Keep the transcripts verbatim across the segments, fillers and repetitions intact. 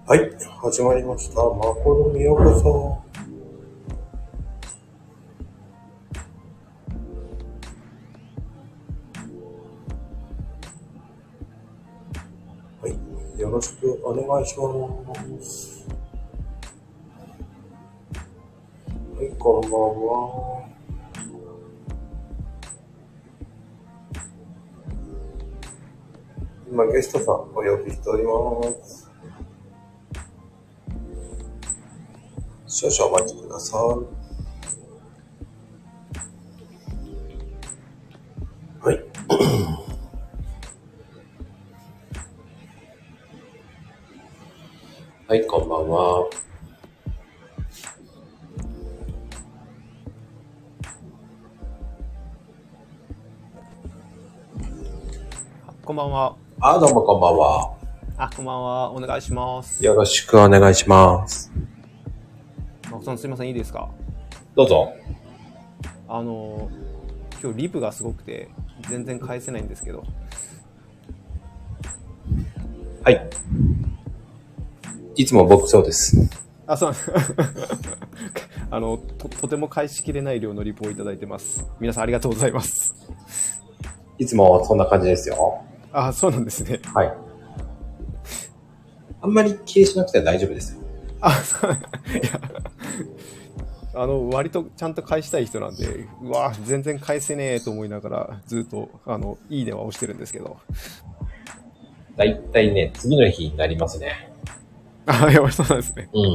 はい、始まりました。マコルにようこそ。はい、よろしくお願いします。はい、こんばんは。今ゲストさんお呼びしております。少々お待ちください。はい。はい、こんばんは。 こんばんは。 あ、どうもこんばんは。 あ、こんばんは。お願いします。 よろしくお願いします。 マコさん、すいません、いいですか？ どうぞ。 あの、今日リプがすごくて、全然返せないんですけど。 はい。いつも僕そうです。 あ、そうあのと、とても返しきれない量のリプをいただいてます。皆さんありがとうございます。 いつもそんな感じですよ。 あ、そうなんですね。 はい。あんまり気にしなくて大丈夫ですよ。 あ、そう。いや、あの、割とちゃんと返したい人なんで、うわ、全然返せねえと思いながら、ずっと、あの、いいねは押してるんですけど。 だいたいね、次の日になりますね。 あ、やばい、そうなんですね。 うん。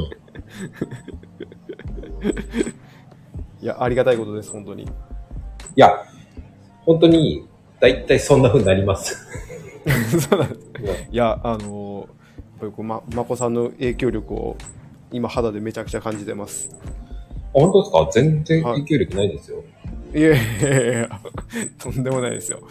いや、ありがたいことです、本当に。 いや、本当に、だいたいそんな風になります。 そうなんです。いや、あの、やっぱりこう、ま、まこさんの影響力を今肌でめちゃくちゃ感じてます。 本当ですか？全然は影響力ないですよ。 い。いやいやいやいや、とんでもないですよ。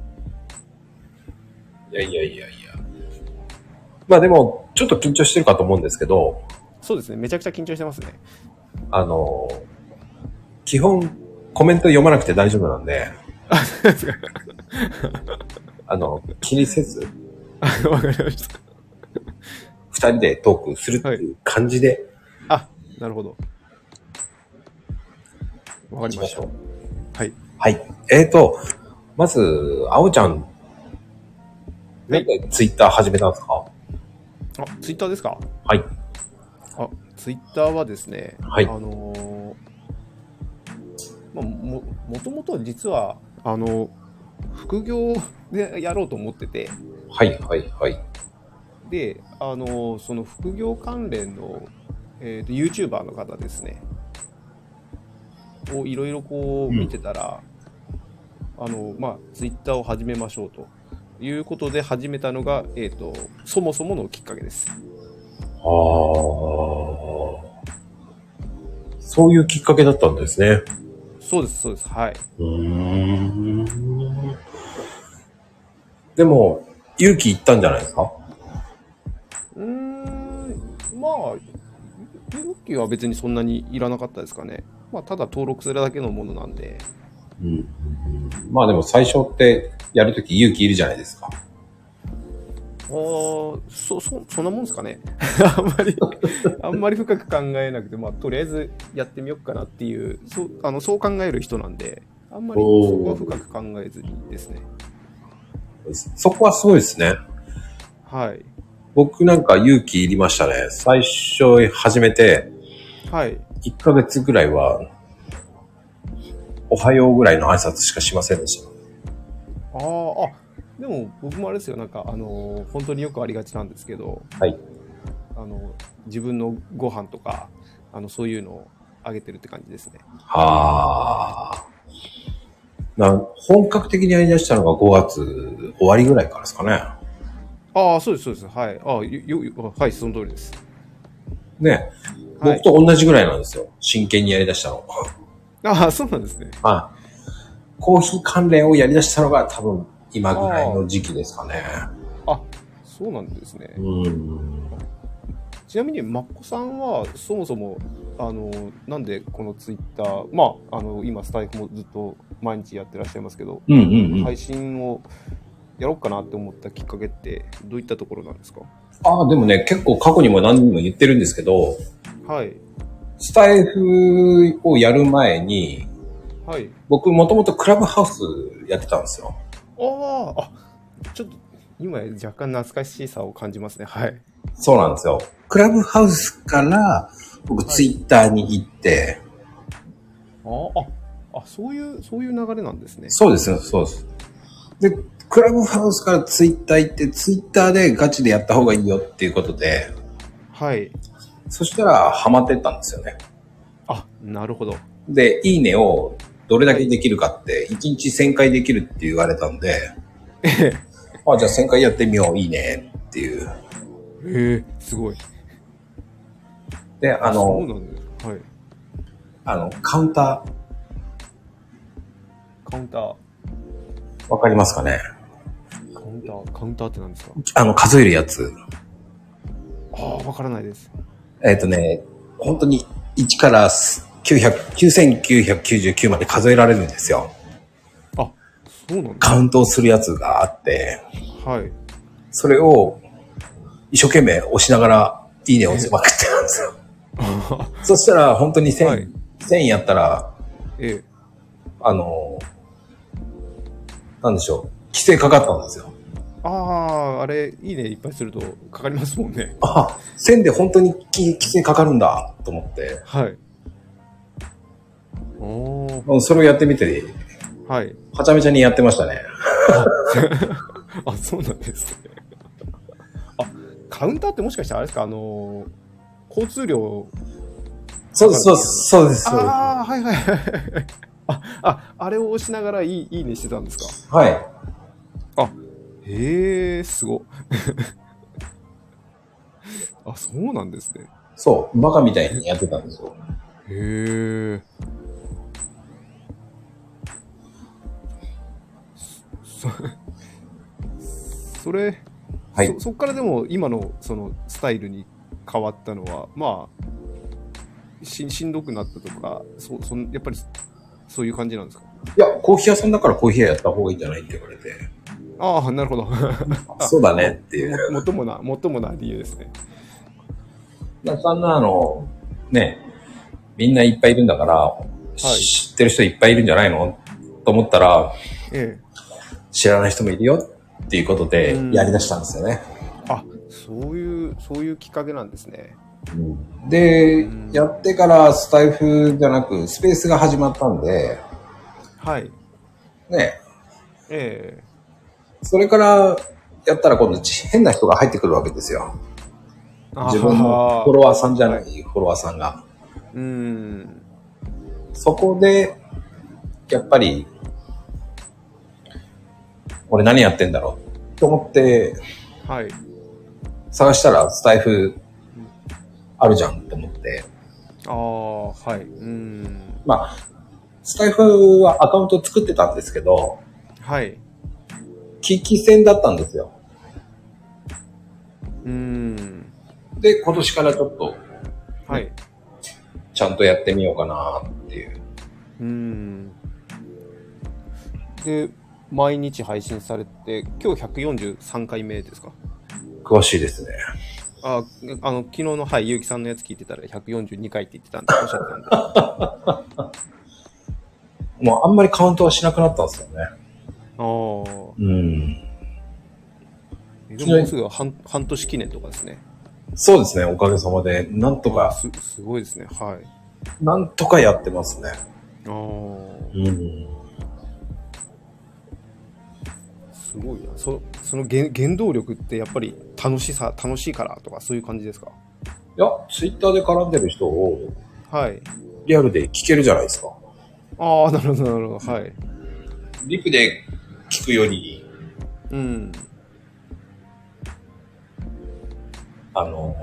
いやいやいやいや。まあでも、ちょっと緊張してるかと思うんですけど、 そうですね、めちゃくちゃ緊張してますね。 あの、基本コメント読まなくて大丈夫なんで、 あ、そうですか。 あの、気にせず、 あ、わかりました。 二人でトークするってはい。 いう感じで、 あ、なるほど。わかりました。 行きましょう。 はい。 はい。えーと、まず、あおちゃん、なんはい。 でツイッター始めたんですか？ あ、ツイッターですか？ はい。 あ、ツイッターはですね、 はい。 あのーまあ、も、もともと実は、あの、副業でやろうと思ってて、 はいはいはい。 で、あの、その副業関連の、えーと、YouTuber の方ですね、をいろいろこう見うん。 てたら、あの、まあ、Twitter を始めましょうということで始めたのが、えーと、そもそものきっかけです。 ああ、そういうきっかけだったんですね。 そうです、そうです。はい。 うーん。でも、勇気いったんじゃないですか？ うーん、まあ、勇気は別にそんなにいらなかったですかね。まあ、ただ登録するだけのものなんで。 うん。まあでも最初ってやるとき勇気いるじゃないですか。 ああ、そ、そ、そんなもんですかね。あんまり、あんまり深く考えなくて、まあ、とりあえずやってみようかなっていう、そう、あの、そう考える人なんで、あんまりそこはおー。 深く考えずにですね。 そこはすごいですね。 はい。 僕なんか勇気いりましたね。最初始めて、 はい。 いっかげつぐらいは、おはようぐらいの挨拶しかしませんでした。 ああ、あ、でも僕もあれですよ、なんか、あの、本当によくありがちなんですけど、 はい。 あの、自分のご飯とか、あの、そういうのをあげてるって感じですね。 はあ。な、本格的にやり出したのがごがつ終わりぐらいからですかね。 ああ、そうです、そうです。はい。ああ、よ、よ、はい、その通りです。 ね。 はい。 僕と同じぐらいなんですよ。真剣にやり出したの。 ああ、そうなんですね。 はい。コーヒー関連をやり出したのが多分今ぐらいのあ時期ですかね。 あ、あ、そうなんですね。 うん。 ちなみに、まっこさんは、そもそも、あの、なんでこのツイッター、まあ、あの、今、スタイフもずっと毎日やってらっしゃいますけど、 うんうんうん。 配信をやろうかなって思ったきっかけってどういったところなんですか？ ああ、でもね、結構過去にも何人も言ってるんですけど、 はい。 スタイフをやる前に、 はい。 僕もともとクラブハウスやってたんですよ。 ああ、あ、ちょっと今若干懐かしさを感じますね。はい。 そうなんですよ。クラブハウスから僕はい。 ツイッターに行って、 ああ、あ、そういう、そういう流れなんですね。 そうですよ、そうです。で、クラブハウスからツイッター行って、ツイッターでガチでやった方がいいよっていうことで、 はい。 そしたらハマってったんですよね。 あ、なるほど。 で、いいねをどれだはい。 けできるかって、いちにちせんかいできるって言われたんで、あ、じゃあせんかいやってみよう、いいねっていう。 へえ、すごい。 で、 あ、そうあの、 なんです。はい。 あの、カウンタカウンター。 ー、わかりますかね？ カウンター、カウンターって何ですか？ あの、数えるやつ。 ああ、わからないです。 えっとね、本当にいちからきゅうひゃく、きゅうせんきゅうひゃくきゅうじゅうきゅうまで数えられるんですよ。 あ、そうなんですか。 カウントをするやつがあって、 はい。 それを一生懸命押しながら、いいねを押しまくってたんですよ。そしたら、本当にはい。 せん、せんやったら、 ええ。 あの、なんでしょう、規制かかったんですよ。 ああ、あれ、いいねいっぱいするとかかりますもんね。 あ、せんで本当に規制かかるんだ、と思って、 はい。おー。 それをやってみて、 はい。 はちゃめちゃにやってましたね。 あ、あ、そうなんですね。あ、カウンターってもしかしてあれですか？あのー、交通量そうです、そうです、 測るときの。 そうです、そうです。 ああ、はいはいはいはい。あ、あ、あれを押しながらいい、いいねしてたんですか？ はい。 あ、へえ、すご。あ、そうなんですね。 そう、バカみたいにやってたんですよ。 へえ。そ、それ、そ、 はい。 そっからでも今のそのスタイルに変わったのは、まあ、し、しんどくなったとか、そ、そん、やっぱりそういう感じなんですか？ いや、コーヒー屋さんだからコーヒー屋やった方がいいんじゃないって言われて、 ああ、なるほど。あ、 そうだまあ、 ねっていう。 も、もともな、もともな理由ですね。 そんなあの、ね、みんないっぱいいるんだから、 はい。 知ってる人いっぱいいるんじゃないのと思ったら、 ええ。 知らない人もいるよっていうことうでやり出しん。 たんですよね。 あ、そういう、そういうきっかけなんですね。うで、やん。 ってからスタイフじゃなくスペースが始まったんで、 はい。 ね、 ええ。 それからやったら今度変な人が入ってくるわけですよ。 あ自分のフォあ、 ロワーさんじゃなはい。 いフォロワーさんが。 うん。 そこで、やっぱり、俺何やってんだろうと思ってはい。 探したらスタイフあるじゃんと思って。 ああ、はい。うん。 まあ、スタイフはアカウント作ってたんですけど、 はい。 危機戦だったんですよ。 うん。 で、今年からちょっと、ね、 はい。 ちゃんとやってみようかなっていう。 うん。で、毎日配信されて、今日ひゃくよんじゅうさんかいめですか？ 詳しいですね。 あ、あの、昨日の、はい、ゆうきさんのやつ聞いてたらひゃくよんじゅうにかいって言ってたんで、おっしゃってたんで。 もうあんまりカウントはしなくなったんですよね。 ああ。 うん。 でももうすぐ半、半年記念とかですね。 そうですね、おかげさまで。なんとああ、 か、 す、すごいですね。はい。 なんとかやってますね。 ああ、 うん。 すごいな。そ、その原、原動力ってやっぱり楽しさ、楽しいからとかそういう感じですか？ いや、ツイッターで絡んでる人をはい。 リアルで聞けるじゃないですか。 ああ、なるほど、なるほど。はい。 リプで聞くより、 うん。 あの、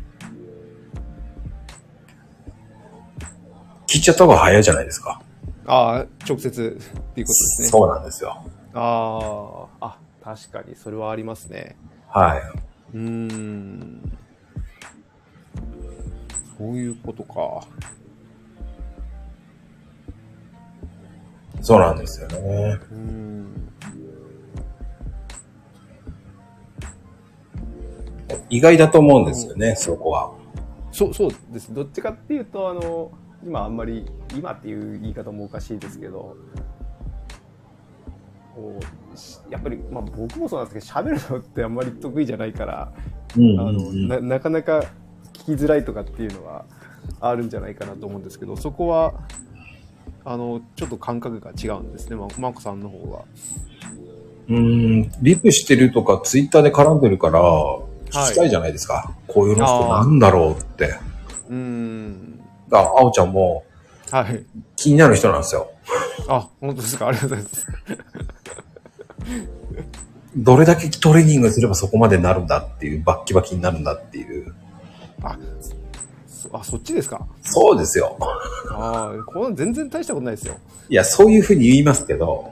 聞いちゃった方が早いじゃないですか。 ああ、直接っていうことですね。 そうなんですよ。 ああ、あ、確かに、それはありますね。 はい。 うーん。そういうことか。 そうなんですよね。 うーん。 意外だと思うんですよね、そこは。 そう、そうです。どっちかっていうと、あの、今あんまり、今っていう言い方もおかしいですけど、こうやっぱり、まあ僕もそうなんですけど、喋るのってあんまり得意じゃないから、 うんうんうん、 あのな、なかなか聞きづらいとかっていうのはあるんじゃないかなと思うんですけど、そこは、あの、ちょっと感覚が違うんですね、まマコさんの方は。 うーん、リプしてるとかツイッターで絡んでるから、聞きたいじゃないですか。はい、こういうのってなんだろうって。 うーん。 だから、あおちゃんも、 はい。 気になる人なんですよ。 あ、本当ですか。ありがとうございます。 どれだけトレーニングすればそこまでなるんだっていう、バッキバキになるんだっていう。 あ、そ, あそっちですか。 そうですよ。 ああ、これ全然大したことないですよ。 いや、そういうふうに言いますけど、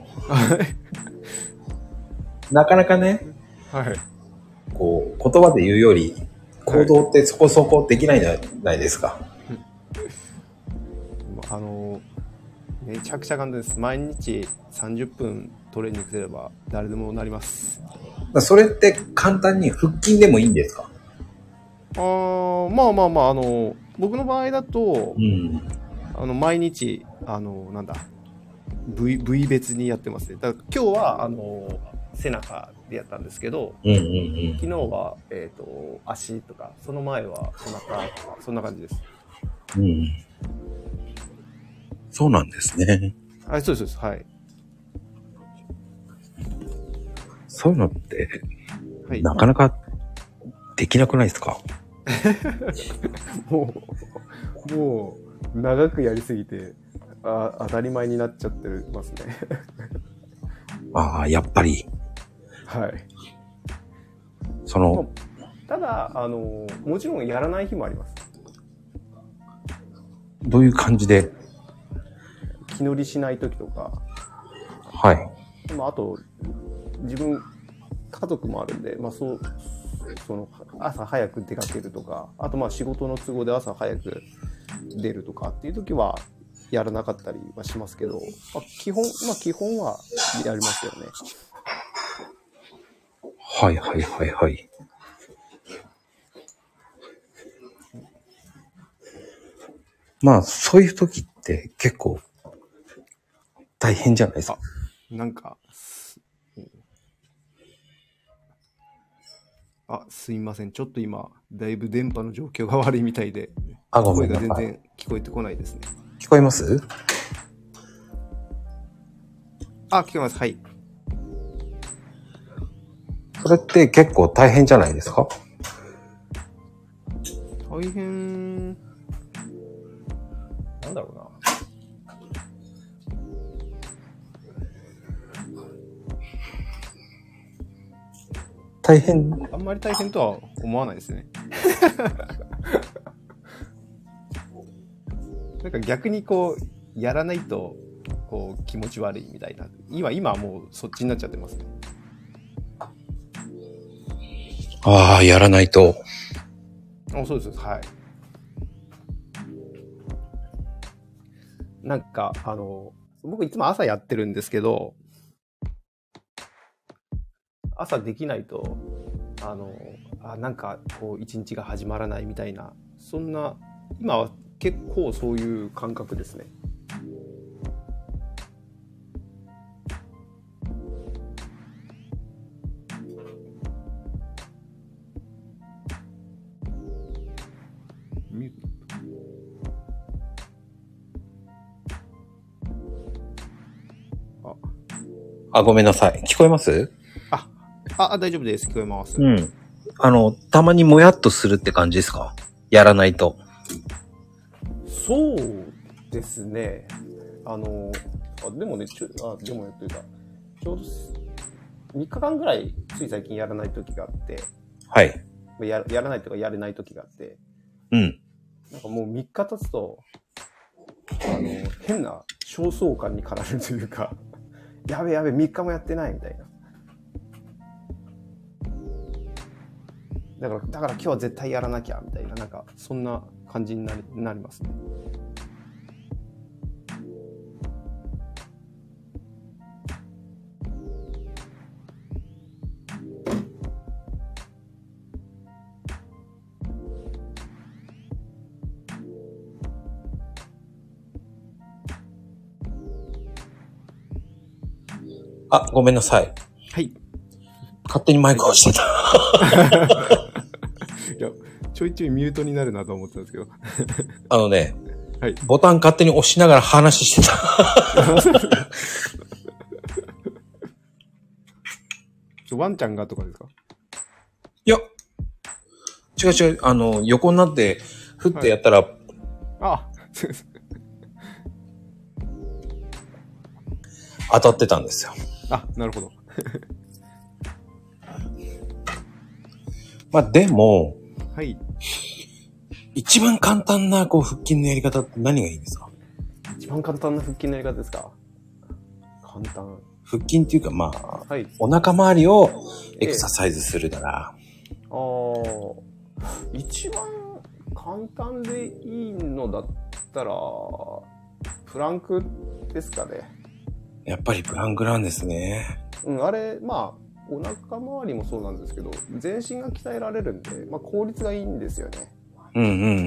なかなかね、 はい。 こう、言葉で言うより、行動ってそこそこできないじゃないですか。はい、 あの、めちゃくちゃ簡単です。毎日さんじゅっぷんトレーニングすれば誰でもなります。 それって簡単に腹筋でもいいんですか？ あー、まあまあまあ、あの、僕の場合だと、 うん、 あの毎日、あの、なんだ、部位、部位別にやってますね。だから今日は、あの、背中でやったんですけど、 うんうんうん、 昨日は、えっと、足とか、その前はお腹とか、そんな感じです。 うん。そうなんですね。 はい、そうです、はい。 そういうのって、 はい、 なかなかできなくないですか？ もう、もう、長くやりすぎて、あ、当たり前になっちゃってますね。 ああ、やっぱり。 はい。 その、 ただ、あの、もちろんやらない日もあります。 どういう感じで？ 気乗りしない時とか。 はい。 まあ、あと、自分、家族もあるんで、まあそう、その、朝早く出かけるとか、あとまあ仕事の都合で朝早く出るとかっていう時は、やらなかったりはしますけど、まあ、基本、まあ基本はやりますよね。 はいはいはいはい。まあ、そういう時って結構大変じゃないですか。 なんか、あ、すいません。ちょっと今、だいぶ電波の状況が悪いみたいで、 あ、ごめんなさい。 声が全然聞こえてこないですね。 聞こえます？ あ、聞こえます。はい。 それって結構大変じゃないですか？ 大変、なんだろうな。 大変。 あんまり大変とは思わないですね。なんか逆にこう、やらないと、こう、気持ち悪いみたいな。今、今はもうそっちになっちゃってますね。 ああ、やらないと。 あ、そうです。はい。なんか、あの、僕いつも朝やってるんですけど、朝できないと、あの、あ、なんかこう一日が始まらないみたいな、そんな、今は結構そういう感覚ですね。ミュート。 あ、ごめんなさい。聞こえます？ あ、あ、大丈夫です。聞こえます。 うん。あの、たまにもやっとするって感じですか？やらないと。 そうですね。あの、あでもね、ちょあでもね、というか、ちょうどみっかかんぐらい、つい最近やらない時があって、 はい。 ややらないというか、やれない時があって、 うん。 なんかもうみっか経つと、あの、変な焦燥感に駆られるというか、やべやべ、みっかもやってないみたいな。だから、だから今日は絶対やらなきゃみたいな、なんか、そんな感じになり、なりますね。 あ、ごめんなさい。 はい。 勝手にマイク押してた。 いや、ちょいちょいミュートになるなと思ったんですけど。 あのね、 はい。 ボタン勝手に押しながら話してた。 ワンちゃんがとかですか？ いや、違う違う、あの、横になって、ふってやったら、はい、 あ、 当たってたんですよ。 あ、なるほど。 まあでも、 はい。 一番簡単なこう腹筋のやり方って何がいいですか？ 一番簡単な腹筋のやり方ですか？簡単。 腹筋っていうかまあ、 はい、 お腹周りをエクササイズするなら。 ええ、ああ、一番簡単でいいのだったら、プランクですかね。 やっぱりプランクなんですね。 うん、あれ、まあ、お腹周りもそうなんですけど、全身が鍛えられるんで、まあ効率がいいんですよね。 うんうんうん。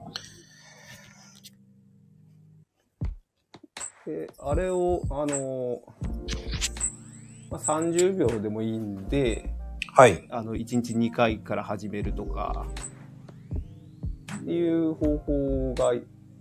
で、あれを、あの、まあ、さんじゅうびょうでもいいんで、 はい。 あの、いちにちにかいから始めるとか、っていう方法が、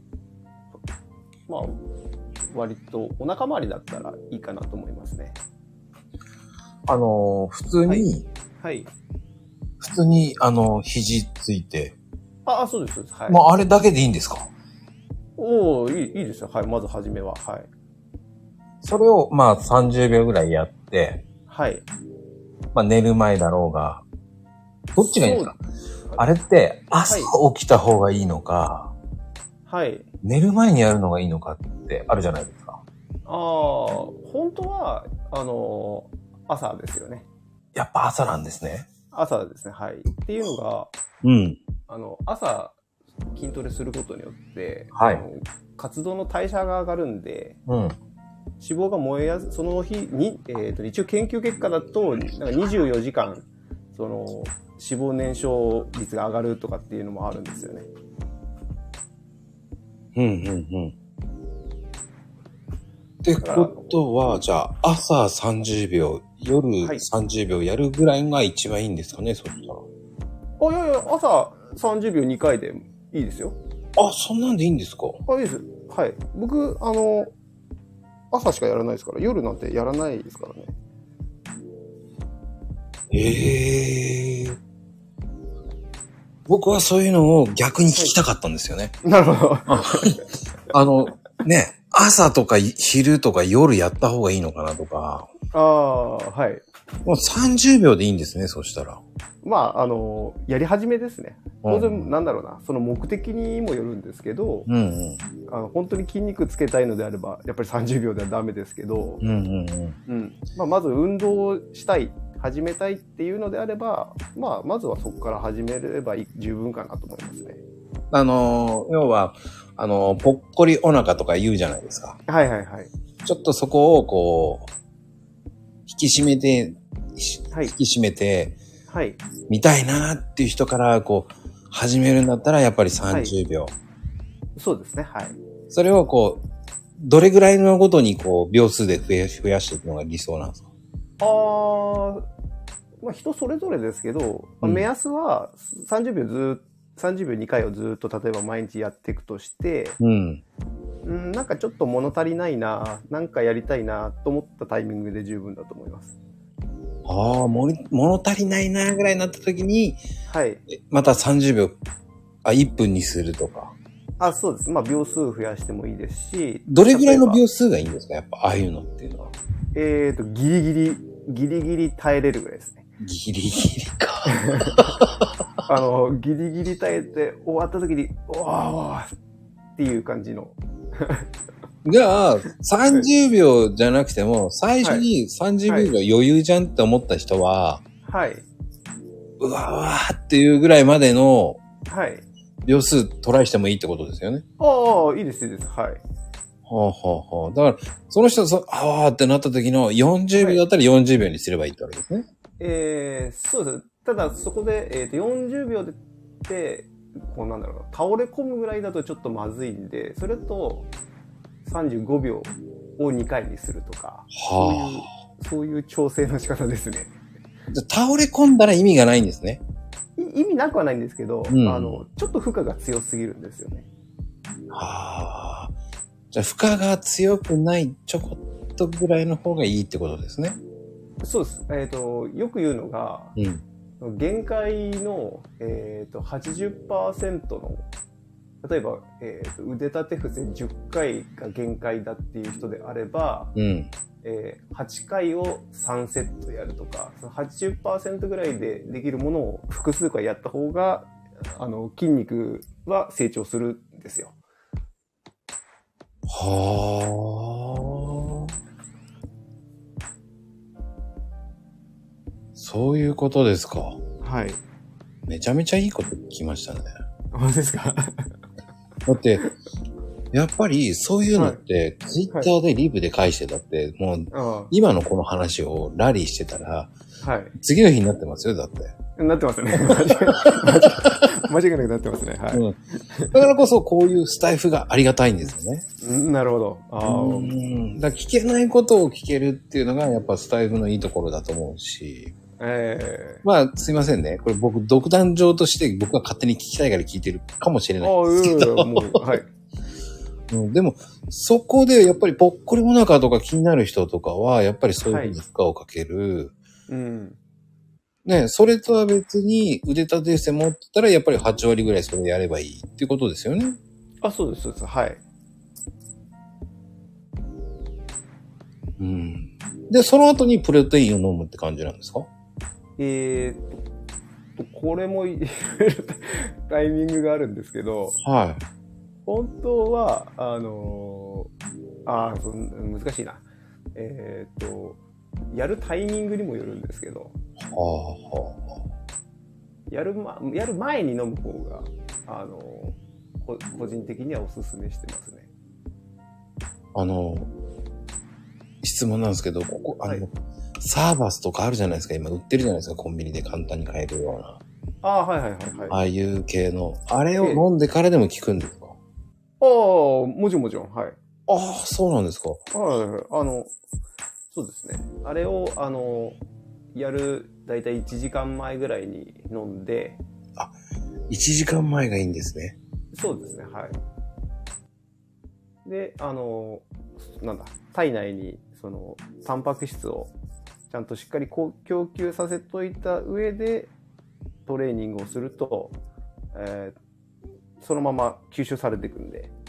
まあ、割とお腹周りだったらいいかなと思いますね。 あの、普通に、はい。はい、普通に、あの、肘ついて。 ああ、そうです、そうです。はい。 まあ、あれだけでいいんですか？ おお、いい、いいですよ。はい。まず初めは。はい。 それを、まあ、さんじゅうびょうぐらいやって、 はい。 まあ、寝る前だろうが、どっちがいいんですか？あれって、朝起きた方がいいのか、はい。寝る前にやるのがいいのかってあるじゃないですか。 ああ、本当は、あの、朝ですよね。 やっぱ朝なんですね。 朝ですね。はい。っていうのが、 うん。 あの、朝、筋トレすることによって、 はい。 活動の代謝が上がるんで、 うん。 脂肪が燃えやす、その日に、えっ、ー、と、一応研究結果だと、なんかにじゅうよじかん、その、脂肪燃焼率が上がるとかっていうのもあるんですよね。 うんうんうん。ってことは、じゃあ、朝さんじゅうびょう、夜さんじゅうびょうやるぐらいが一番いいんですかね、そしたら。 あ、いやいや、朝さんじゅうびょうにかいでいいですよ。 あ、そんなんでいいんですか？ あ、いいです。はい。僕、あの、朝しかやらないですから、夜なんてやらないですからね。 へえー。僕はそういうのを逆に聞きたかったんですよね。 はい、なるほど。 あの、ね、朝とか昼とか夜やった方がいいのかなとか。 ああ、はい。 もうさんじゅうびょうでいいんですね、そしたら。 まあ、あの、やり始めですね。当然、なんだろうな、その目的にもよるんですけど、うんうん、あの本当に筋肉つけたいのであれば、やっぱりさんじゅうびょうではダメですけど、うんうんうんうん、まあ、まず運動したい、始めたいっていうのであれば、まあ、まずはそこから始めれば十分かなと思いますね。 あの、要は、あの、ぽっこりお腹とか言うじゃないですか。 はいはいはい。 ちょっとそこをこう、引き締めて、はい、引き締めて、はい。見たいなっていう人から、こう、始めるんだったら、やっぱりさんじゅうびょう、はい。 そうですね、はい。 それをこう、どれぐらいのごとに、こう、秒数で増や、増やしていくのが理想なんですか？ あー、まあ人それぞれですけど、うん、目安はさんじゅうびょうずっさんじゅうびょうにかいをずっと例えば毎日やっていくとして、うん、うん、なんかちょっと物足りないな、なんかやりたいなと思ったタイミングで十分だと思います。 ああ、物足りないなぐらいになった時に、はい。またさんじゅうびょう、あ、いっぷんにするとか。 あ、そうです。まあ秒数増やしてもいいですし。 どれぐらいの秒数がいいんですか？やっぱああいうのっていうのは。 えーと、ギリギリ、ギリギリ耐えれるぐらいですね。 ギリギリか。 あの、ギリギリ耐えて終わった時に、おーっていう感じの。 じゃあ、さんじゅうびょうじゃなくても、最初にさんじゅうびょうが余裕じゃんって思った人は、はい。うわわーっていうぐらいまでの、はい。秒数トライしてもいいってことですよね。 ああ、いいです、いいです。はい。はあはあはあ。だから、その人が、ああってなった時のよんじゅうびょうだったらよんじゅうびょうにすればいいってわけですね。はい、えー、そうです。ただ、そこで、えっと、よんじゅうびょうでって、こうなんだろうな、倒れ込むぐらいだとちょっとまずいんで、それと、さんじゅうごびょうをにかいにするとか、はあ、そういうそういう調整の仕方ですね。 じゃ倒れ込んだら意味がないんですね。 意味なくはないんですけど、うん、あの、ちょっと負荷が強すぎるんですよね。 はあ。じゃあ負荷が強くないちょこっとぐらいの方がいいってことですね。 そうです。えっと、よく言うのが、うん、限界の、えっと、はちじゅっパーセントの、例えば、えー、と腕立て伏せじゅっかいが限界だっていう人であれば、うんえー、はちかいをさんセットやるとか、その はちじゅっパーセント ぐらいでできるものを複数回やった方が、あの、筋肉は成長するんですよ。 はあ。そういうことですか。 はい。 めちゃめちゃいいこと聞きましたね。 本当ですか？ だって、やっぱりそういうのって、はい、ツイッターでリブで返してたって、もう、今のこの話をラリーしてたら、はい、次の日になってますよ、だって。 なってますね。間違いなくなってますね。はい、うん。 だからこそこういうスタイフがありがたいんですよね。 うん、なるほど。あうん。だから聞けないことを聞けるっていうのがやっぱスタイフのいいところだと思うし。ええー。まあ、すいませんね。これ僕、独断上として僕が勝手に聞きたいから聞いてるかもしれないですけど。ああ、もう、はい。うん、でも、そこでやっぱりぽっこりお腹とか気になる人とかは、やっぱりそういうふうに負荷をかける。はい、うん。ね、それとは別に腕立て伏せ持ってたら、やっぱりはちわりぐらいそれをやればいいっていうことですよね。 あ、そうです、そうです。はい。 うん。で、その後にプロテインを飲むって感じなんですか？ えーっと、これもタイミングがあるんですけど、はい。本当は、あのー、ああ、難しいな。えー、っと、やるタイミングにもよるんですけど、はあはあ、やる、ま、やる前に飲む方が、あのー、個人的にはおすすめしてますね。 あの、質問なんですけど、ここ、あの、はい、サーバスとかあるじゃないですか、今売ってるじゃないですか、コンビニで簡単に買えるような。 ああ、はいはいはい、はい。 ああいう系の、あれを飲んでからでも効くんですか？ ああ、もちろんもちろん、はい。 ああ、そうなんですか。 はいはいはい。あの、そうですね。あれを、あの、やる、だいたいいちじかんまえぐらいに飲んで。 あ、いちじかんまえがいいんですね。 そうですね、はい。で、あの、なんだ、体内に、その、タンパク質をちゃんとしっかり供給させといた上で、トレーニングをすると、えー、そのまま吸収されていくんで。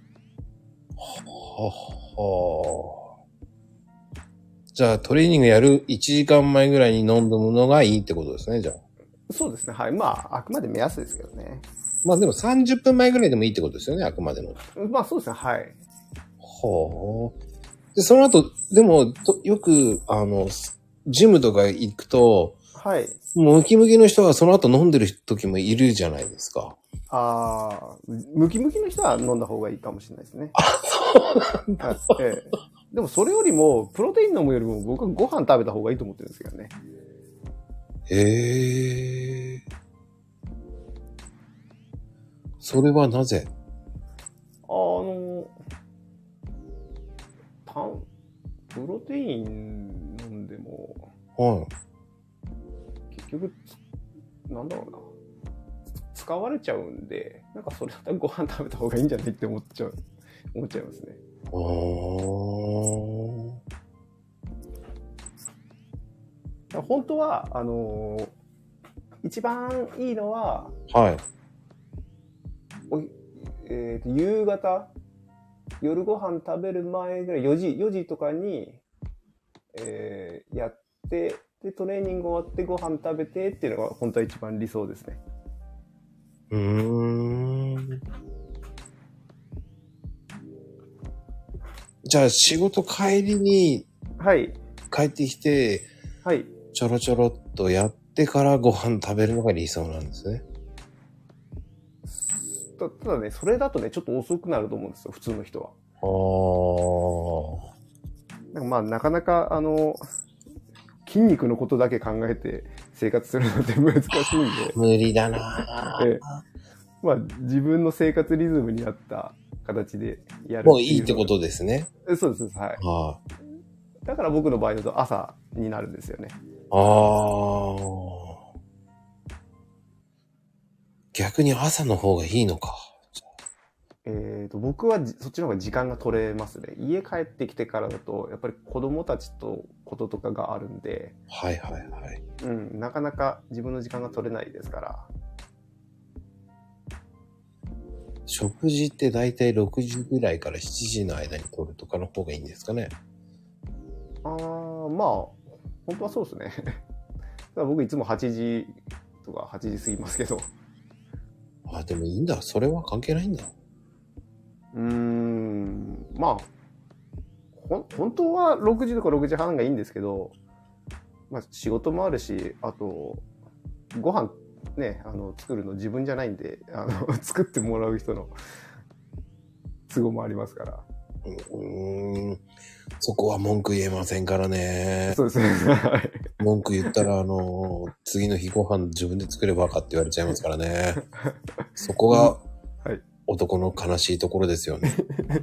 ははじゃあトレーニングやるいちじかんまえぐらいに飲んでむのがいいってことですね、じゃあ。 そうですね、はい。まあ、あくまで目安ですけどね。 まあでもさんじゅっぷんまえぐらいでもいいってことですよね、あくまでも。 まあそうですね、はい。 はあ。で、その後、でも、とよく、あの、ジムとか行くと、はい。ムキムキの人はその後飲んでる時もいるじゃないですか。 ああ、ムキムキの人は飲んだ方がいいかもしれないですね。 あ、そうなんだ。 ええ、でもそれよりも、プロテイン飲むよりも僕はご飯食べた方がいいと思ってるんですけどね。 へえ。それはなぜ？ あの、パン、プロテイン飲んでも、はい。結局、なんだろうな。使われちゃうんで、なんかそれだったらご飯食べた方がいいんじゃないって思っちゃう、思っちゃいますね。ああ。本当は、あのー、一番いいのは、はい。おえーと、夕方、夜ご飯食べる前ぐらい、よじ、よじとかに、えー、やって、で、トレーニング終わってご飯食べてっていうのが本当は一番理想ですね。うーん。 じゃあ仕事帰りに、はい。帰ってきて、はい。ちょろちょろっとやってからご飯食べるのが理想なんですね。 た, ただね、それだとね、ちょっと遅くなると思うんですよ、普通の人は。ああ。なんかまあ、なかなか、あの、筋肉のことだけ考えて生活するのって難しいんで。 無理だなぁ。 ええ、まあ、自分の生活リズムに合った形でやる。 もういいってことですね。 そうです、はい。はあ、 だから僕の場合だと朝になるんですよね。 ああ。逆に朝の方がいいのか。 えーと、僕はそっちの方が時間が取れますね。家帰ってきてからだと、やっぱり子供たちとこととかがあるんで。 はいはいはい。 うん、なかなか自分の時間が取れないですから。 食事ってだいたいろくじぐらいからしちじの間に取るとかの方がいいんですかね。 あー、まあ、本当はそうですね。だから僕いつもはちじとかはちじ過ぎますけど。 あ、でもいいんだ。それは関係ないんだ。 うーん、まあ、ほ本当はろくじとかろくじはんがいいんですけど、まあ仕事もあるし、あと、ご飯ね、あの、作るの自分じゃないんで、あの、作ってもらう人の都合もありますから。 うーん、そこは文句言えませんからね。 そうですね。 文句言ったら、あの、次の日ご飯自分で作ればかって言われちゃいますからね。そこが、男の悲しいところですよね。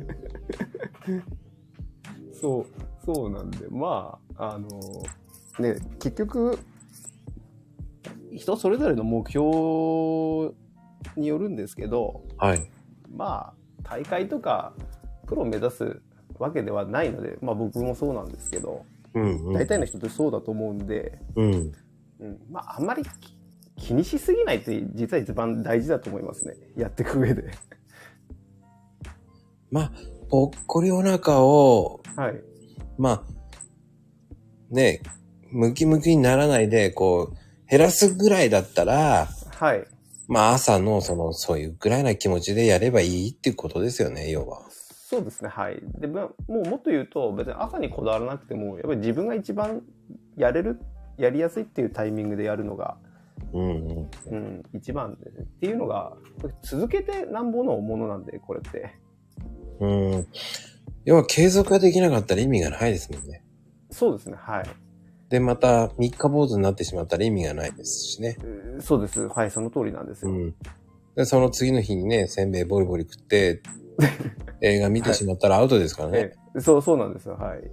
そう、そうなんで、まあ、あの、ね、結局、人それぞれの目標によるんですけど、 はい。 まあ、大会とか、プロを目指すわけではないので、まあ僕もそうなんですけど、 うんうん、 大体の人ってそうだと思うんで、 うんうん、まああんまり気にしすぎないって実は一番大事だと思いますね。やっていく上で。 まあ、ぽっこりお腹を、 はい。 まあ、ね、ムキムキにならないで、こう、減らすぐらいだったら、 はい。 まあ朝のその、そういうぐらいな気持ちでやればいいっていうことですよね、要は。 そうですね、はい。で、もうもっと言うと、別に朝にこだわらなくても、やっぱり自分が一番やれる、やりやすいっていうタイミングでやるのが、 うんうんうん、一番で、ね、っていうのが、続けてなんぼのものなんで、これって。 うん。要は継続ができなかったら意味がないですもんね。 そうですね、はい。 で、また三日坊主になってしまったら意味がないですしね。 そうです。はい、その通りなんですよ。 うん。で、その次の日にね、せんべいボリボリ食って、映画見てしまったらアウトですからね。はい、 えそう、そうなんですよ。はい。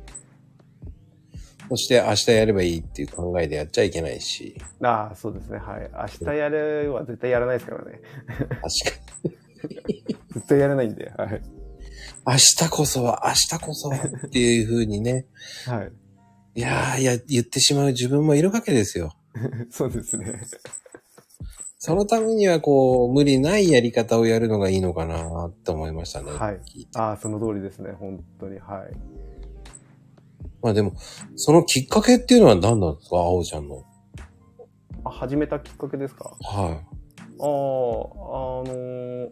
そして明日やればいいっていう考えでやっちゃいけないし。 ああ、そうですね。はい。明日やれは絶対やらないですからね。 確かに。 絶対やらないんで、はい。 明日こそは、明日こそはっていう風にね。 はい。 いやー、いや、言ってしまう自分もいるわけですよ。 そうですね。 そのためには、こう、無理ないやり方をやるのがいいのかなって思いましたね。 はい。ああ、その通りですね。本当に。はい。 まあでも、そのきっかけっていうのは何なんですか、あおちゃんの。 あ、始めたきっかけですか？ はい。 ああ、あのー、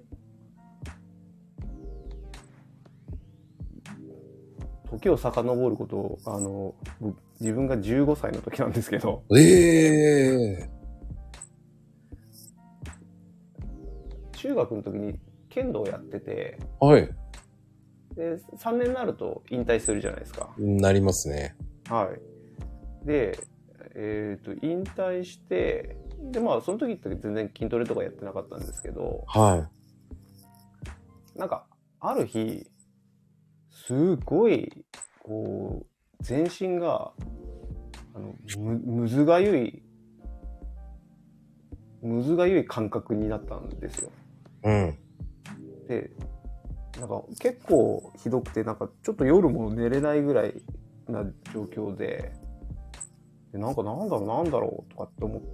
時を遡ることを、あの、自分がじゅうごさいの時なんですけど。 ええー。 中学の時に剣道をやってて。 はい。 で、さんねんになると引退するじゃないですか。 なりますね。 はい。で、えっと、引退して、で、まあ、その時って全然筋トレとかやってなかったんですけど、 はい。 なんか、ある日、すごい、こう、全身が、あの、む、むずがゆい、むずがゆい感覚になったんですよ。 うん。 で、なんか結構ひどくて、なんかちょっと夜も寝れないぐらいな状況で、でなんかなんだろうなんだろうとかって思って、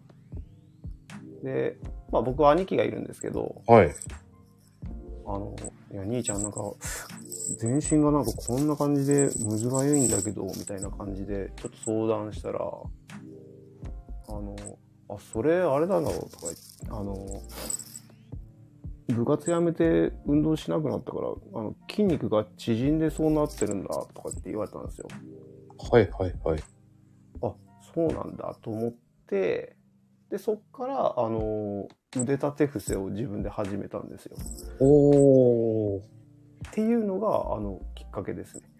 で、まあ僕は兄貴がいるんですけど、 はい。 あの、いや、兄ちゃんなんか、全身がなんかこんな感じでむずがゆいんだけど、みたいな感じで、ちょっと相談したら、あの、あ、それあれだな、とか言って、あの、部活やめて運動しなくなったから、あの、筋肉が縮んでそうなってるんだ、とかって言われたんですよ。 はいはいはい。 あ、そうなんだと思って、で、そっから、あの、腕立て伏せを自分で始めたんですよ。 おー。 っていうのが、あの、きっかけですね。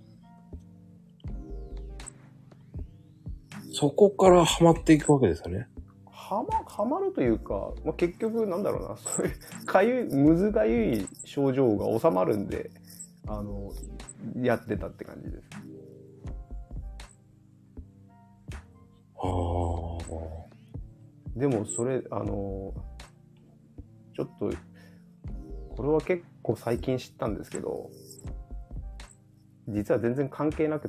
そこからハマっていくわけですよね。 はま、はまるというか、まあ、結局なんだろうな、そういうかゆい、むずがゆい症状が収まるんで、あの、やってたって感じです。 でもそれ、あの、ちょっと、これは結構最近知ったんですけど、実は全然関係なくって、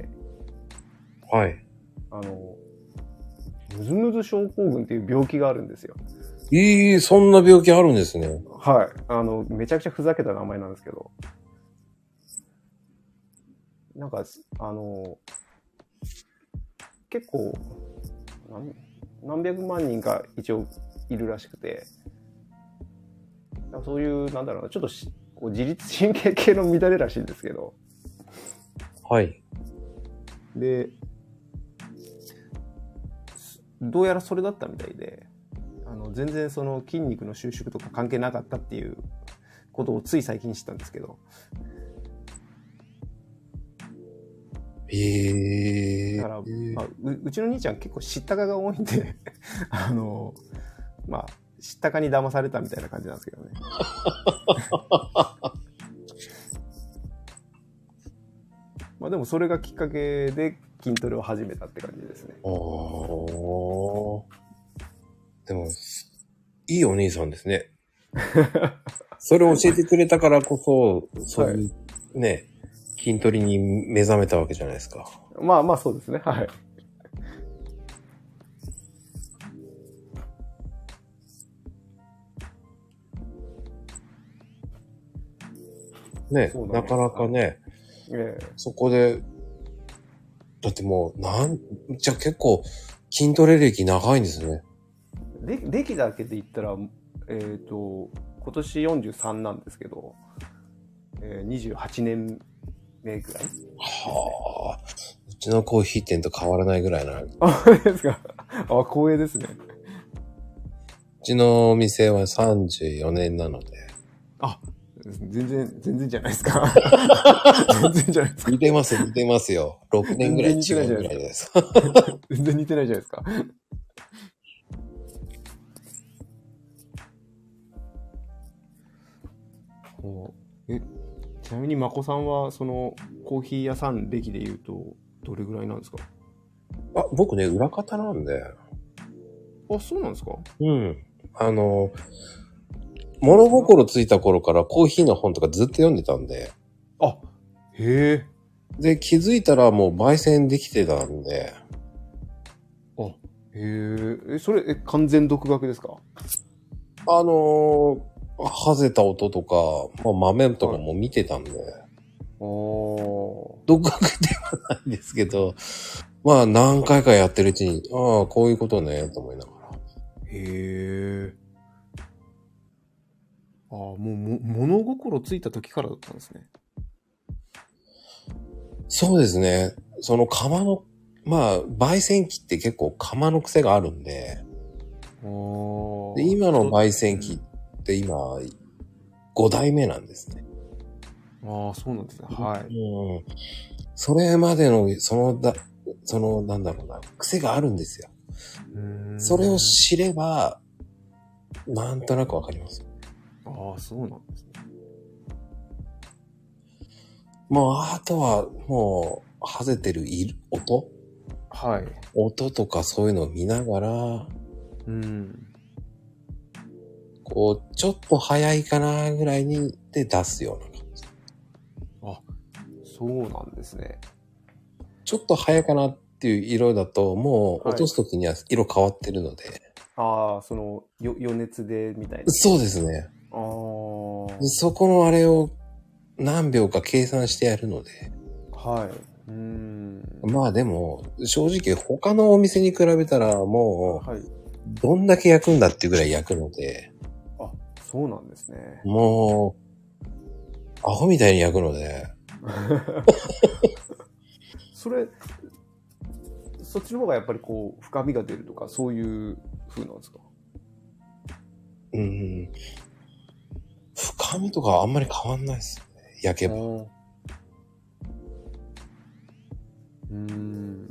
はい。 あの、ムズムズ症候群っていう病気があるんですよ。 いい、そんな病気あるんですね。 はい。あの、めちゃくちゃふざけた名前なんですけど。なんか、あの、結構、何、何百万人か一応いるらしくて、そういう、なんだろうな、ちょっとしこう自律神経系の乱れらしいんですけど。 はい。 で、どうやらそれだったみたいで、あの全然その筋肉の収縮とか関係なかったっていうことをつい最近知ったんですけど。 へえー。 だから、まあ、う, うちの兄ちゃん結構知ったかが多いんであのまあ知ったかに騙されたみたいな感じなんですけどね。まあでもそれがきっかけで筋トレを始めたって感じですね。 おー。でも、いいお兄さんですね。それを教えてくれたからこそ、そういう、はい、ね、筋トレに目覚めたわけじゃないですか。 まあまあそうですね。はい。 ね、なかなかね、ええ、そこで、だってもう、なん、じゃあ結構筋トレ歴長いんですね。 で歴だけで言ったら、えっ、ー、と、今年よんじゅうさんなんですけど、えー、にじゅうはちねんめぐらい、ね。 はあ。うちのコーヒー店と変わらないぐらいな。 あ、そうですか。あ、光栄ですね。 うちのお店はさんじゅうよねんなので。 あ、全然、全然じゃないですか。全然じゃないですか。 似てます、似てますよ。ろくねんぐらい違うぐらいです。 全然似てないじゃないですか。え、ちなみにまこさんはそのコーヒー屋さん歴で言うとどれぐらいなんですか？ あ、僕ね、裏方なんで。 あ、そうなんですか？ うん。あの、物心ついた頃からコーヒーの本とかずっと読んでたんで。 あ、へえ。 で、気づいたらもう焙煎できてたんで。 あ、へえ。え、それ、え、完全独学ですか？ あのー、はぜた音とか、まあ、豆とかも見てたんで。はい、 お独学ではないんですけど、まあ何回かやってるうちに、ああ、こういうことね、と思いながら。 へえ。ああ、もうも、物心ついた時からだったんですね。 そうですね。その釜の、まあ、焙煎機って結構釜の癖があるんで、で今の焙煎機って今、ごだいめなんですね。 ああ、そうなんですね。はい。 うん。それまでの、そのだ、その、なんだろうな、癖があるんですよ。それを知れば、なんとなくわかります。 ああ、そうなんですね。 もう、あとは、もう、はぜてる音？ はい。 音とかそういうのを見ながら、 うん。 こう、ちょっと早いかなぐらいにで出すような感じ。 あ、そうなんですね。 ちょっと早いかなっていう色だと、もう落とすときには色変わってるので。はい、 ああ、その、よ、余熱でみたいな。 そうですね。 ああ。 そこのあれを何秒か計算してやるので。 はい。うーん。 まあでも、正直他のお店に比べたらもう、はい、どんだけ焼くんだっていうぐらい焼くので。 あ、そうなんですね。 もう、アホみたいに焼くので。 それ、そっちの方がやっぱりこう、深みが出るとか、そういう風なんですか？ うん。深みとかあんまり変わんないですね。焼けば。うーん。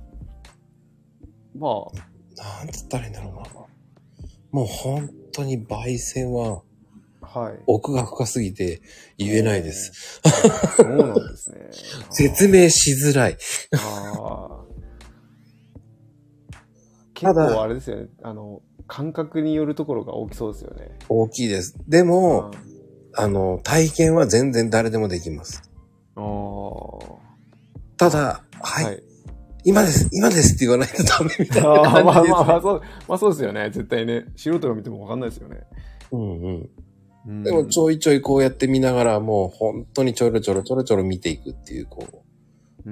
まあ。なんつったらいいんだろうな。もう本当に焙煎は、はい。奥が深すぎて言えないです。 そうなんですね。 説明しづらい。 ああ。 結構あれですよね。あの、感覚によるところが大きそうですよね。 大きいです。でも、あの、体験は全然誰でもできます。 ああ。 ただ、はい、はい。今です、今ですって言わないとダメみたいな感じです、ね。 あまあまあまあ、そう、まあそうですよね。絶対ね。素人が見てもわかんないですよね。 うんうん。うん、でもちょいちょいこうやって見ながら、もう本当にちょろちょろちょろちょろ見ていくっていう、こう。うん、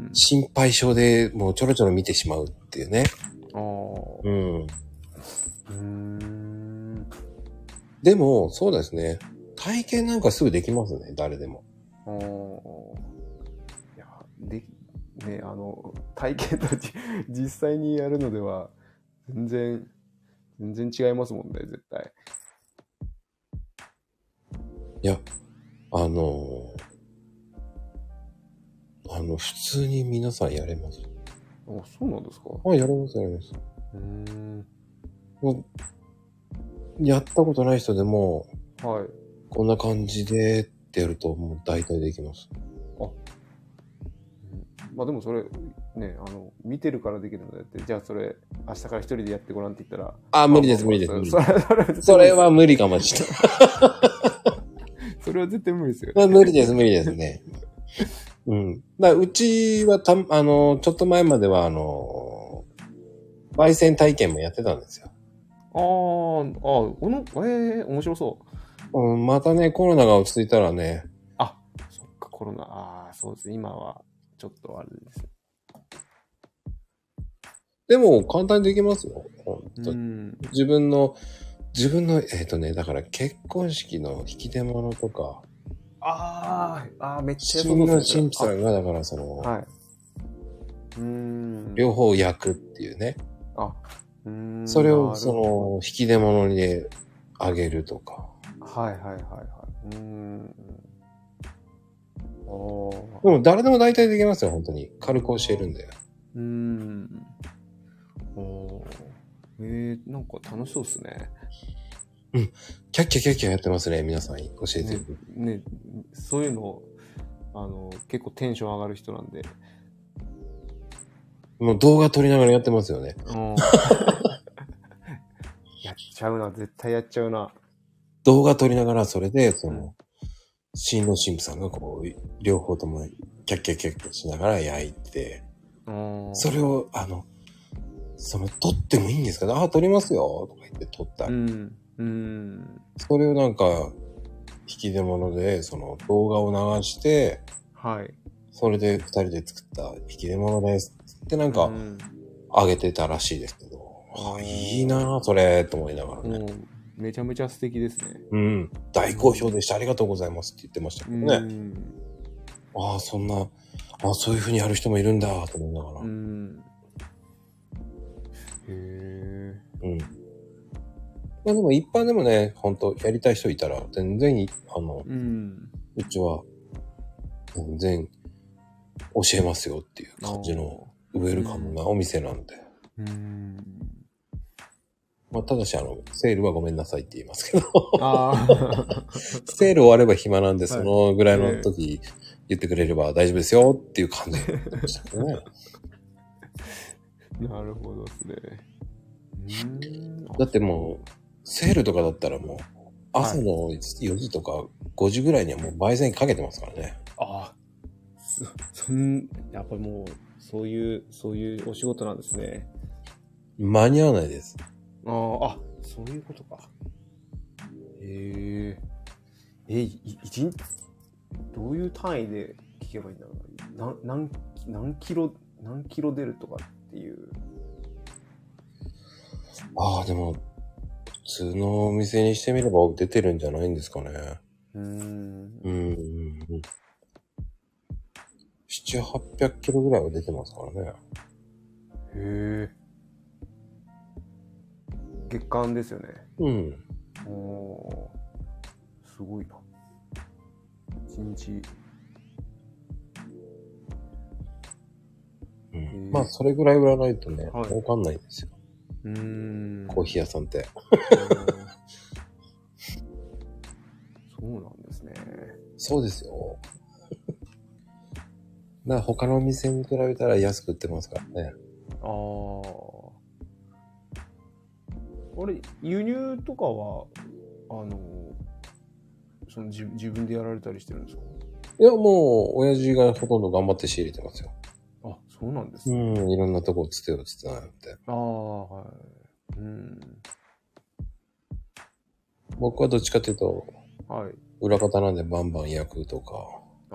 心配性でもうちょろちょろ見てしまうっていうね。ああ。うん。うーん。でも、そうですね。体験なんかすぐできますね、誰でも。ああ。 いや、で、ね、あの、体験と実際にやるのでは、全然、全然違いますもんね、絶対。 いや、あのー、あの、普通に皆さんやれます。 あ、そうなんですか？ あ、やれます、やれます。うーん。もう、やったことない人でも、はい。こんな感じでってやると、もう大体できます。あ、 うん、まあでもそれ、ね、あの、見てるからできるのでって、じゃあそれ、明日から一人でやってごらんって言ったら。 あ、無理です、無理です、無理です。それ、それは無理かもしれない。 それは絶対無理ですよね。 無理です、無理ですね。うん。だうちはた、あの、ちょっと前までは、あの、焙煎体験もやってたんですよ。 ああ、ああ、おの、ええー、面白そう。うん、またね、コロナが落ち着いたらね。 あ、そっか、コロナ、ああ、そうですね。今は、ちょっとあれです。 でも、簡単にできますよ。本当に。うん、自分の、自分の、えっ、ー、とね、だから結婚式の引き出物とか、 ああ、ああ、めっちゃ新郎新婦さんが、だからその、はい。うーん。両方焼くっていうね。あ、うーん。それを、その、引き出物にあげるとか。 はいはいはいはい。うーん。 おでも誰でも大体できますよ、本当に。軽く教えるんで。うーん。 おえー、なんか楽しそうですね。 うん。キャッキャキャッキャやってますね、皆さん教えてる。 ね、ね、そういうの、あの、結構テンション上がる人なんで。 もう動画撮りながらやってますよね。 やっちゃうな、絶対やっちゃうな。 動画撮りながら、それで、その、うん、新郎新婦さんがこう、両方ともキャッキャキャッキャしながら焼いて、それを、あの、その、撮ってもいいんですかね？あ、撮りますよとか言って撮ったり。うん。うん。それをなんか、引き出物で、その動画を流して、はい。それで二人で作った引き出物ですってなんか、あげてたらしいですけど、あ、いいなぁ、それ、と思いながらね。 めちゃめちゃ素敵ですね。 うん。大好評でした。ありがとうございますって言ってましたけどね。うん、ああ、そんな、ああ、そういう風にやる人もいるんだ、と思いながら。うん。へえ。うん。まあでも一般でもね、ほんとやりたい人いたら全然あの、うん、うちは全然教えますよっていう感じのウェルカムなお店なんで。うん。まあただしあの、セールはごめんなさいって言いますけど。あセール終われば暇なんで、そのぐらいの時言ってくれれば大丈夫ですよっていう感じでしたけどね。 なるほどですね。 うんだってもう、セールとかだったらもう、朝のよじとかごじぐらいにはもう焙煎かけてますからね。 ああ。そ、そん、やっぱりもう、そういう、そういうお仕事なんですね。 間に合わないです。 ああ、あ、そういうことか。へえ。え、い、一日、どういう単位で聞けばいいんだろうな。何、何、何キロ、何キロ出るとかっていう。 ああ、でも、普通のお店にしてみれば出てるんじゃないんですかね。うーん。うん。七、八百キロぐらいは出てますからね。へえ。月間ですよね。うん。おー、すごいな。一日。 うん。まあ、それぐらい売らないとね、はい、儲かんないんですよ。うーん。コーヒー屋さんって。 そうなんですね。 そうですよ。だから他のお店に比べたら安く売ってますからね。ああ。 あれ、輸入とかは、あの、その自自分でやられたりしてるんですか？ いや、もう、親父がほとんど頑張って仕入れてますよ。 あ、そうなんですね。 うん、いろんなとこつてをつてなって。 ああ、はい。うん。 僕はどっちかっていうと、 はい。 裏方なんでバンバン焼くとか。 ああ。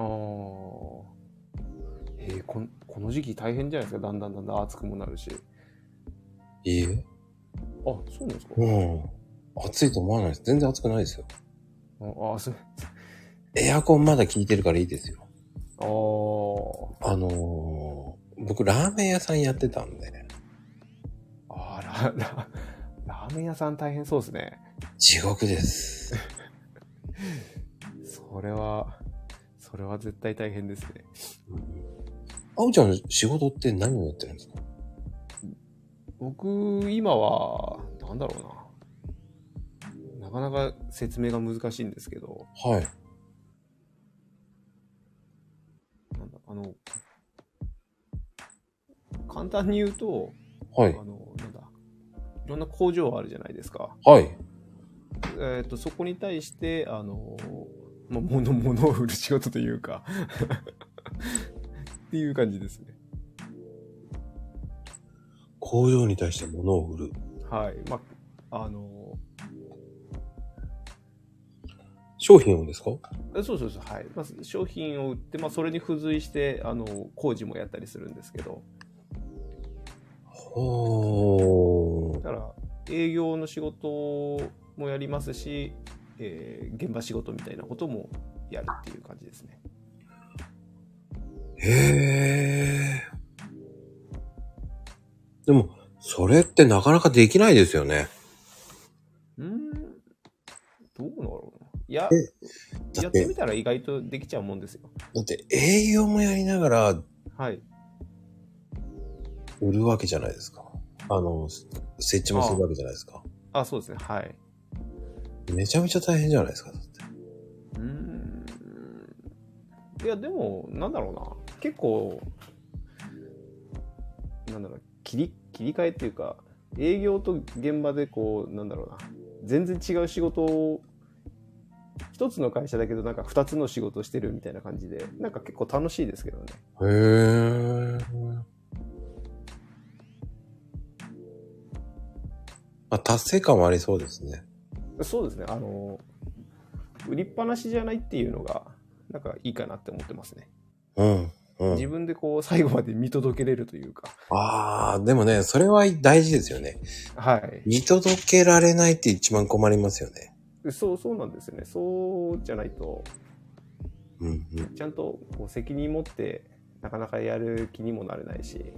えー、こ、この時期大変じゃないですか。だんだんだんだん暑くもなるし。 いいえ。 あ、そうなんですか？ うん。暑いと思わないです。全然暑くないですよ。 ああ、そう。 エアコンまだ効いてるからいいですよ。 ああ。 あのー、僕ラーメン屋さんやってたんで。 ああ、ラ、ラ、ラーメン屋さん大変そうですね。 地獄です。 それは、それは絶対大変ですね。 あおちゃんの仕事って何をやってるんですか？ 僕、今は、なんだろうな。なかなか説明が難しいんですけど。 はい。 なんだ、あの、簡単に言うと、 はい。 あの、なんだ、いろんな工場あるじゃないですか。 はい。 えっと、そこに対して、あの、まあ、物、物を売る仕事というかっていう感じですね。 工場に対して物を売る。 はい。まあ、あの、 商品をですか？ そうそうそう、はい。まあ、商品を売って、まあ、それに付随して、あの、工事もやったりするんですけど。 ほー。 だから、営業の仕事もやりますし、えー、現場仕事みたいなこともやるっていう感じですね。 へー。でも、それってなかなかできないですよね。 うーん、どうなの？いや、やっってみたら意外とできちゃうもんですよ。 だって営業もやりながら、 はい。 売るわけじゃないですか。あの、設置もするわけじゃないですか。 あ、そうですね、はい。 めちゃめちゃ大変じゃないですか、だって。 うーん。いや、でも、なんだろうな。結構、なんだろう、切り、切り替えっていうか、営業と現場でこう、なんだろうな。全然違う仕事を、一つの会社だけどなんか二つの仕事をしてるみたいな感じで、なんか結構楽しいですけどね。 へー。まあ、達成感はありそうですね。 そうですね。あの、売りっぱなしじゃないっていうのが、なんかいいかなって思ってますね。 うん。うん、 自分でこう最後まで見届けれるというか。 ああ、でもね、それは大事ですよね。 はい。 見届けられないって一番困りますよね。 そう、そうなんですよね。そうじゃないと、 うんうん、 ちゃんとこう責任持ってなかなかやる気にもなれないし、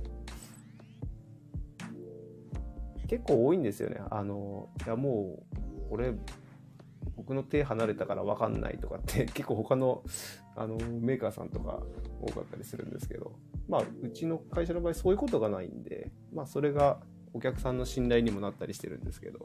結構多いんですよね。あの、いやもう、これ、僕の手離れたから分かんないとかって結構他のあのメーカーさんとか多かったりするんですけど、まあうちの会社の場合そういうことがないんで、まあそれがお客さんの信頼にもなったりしてるんですけど。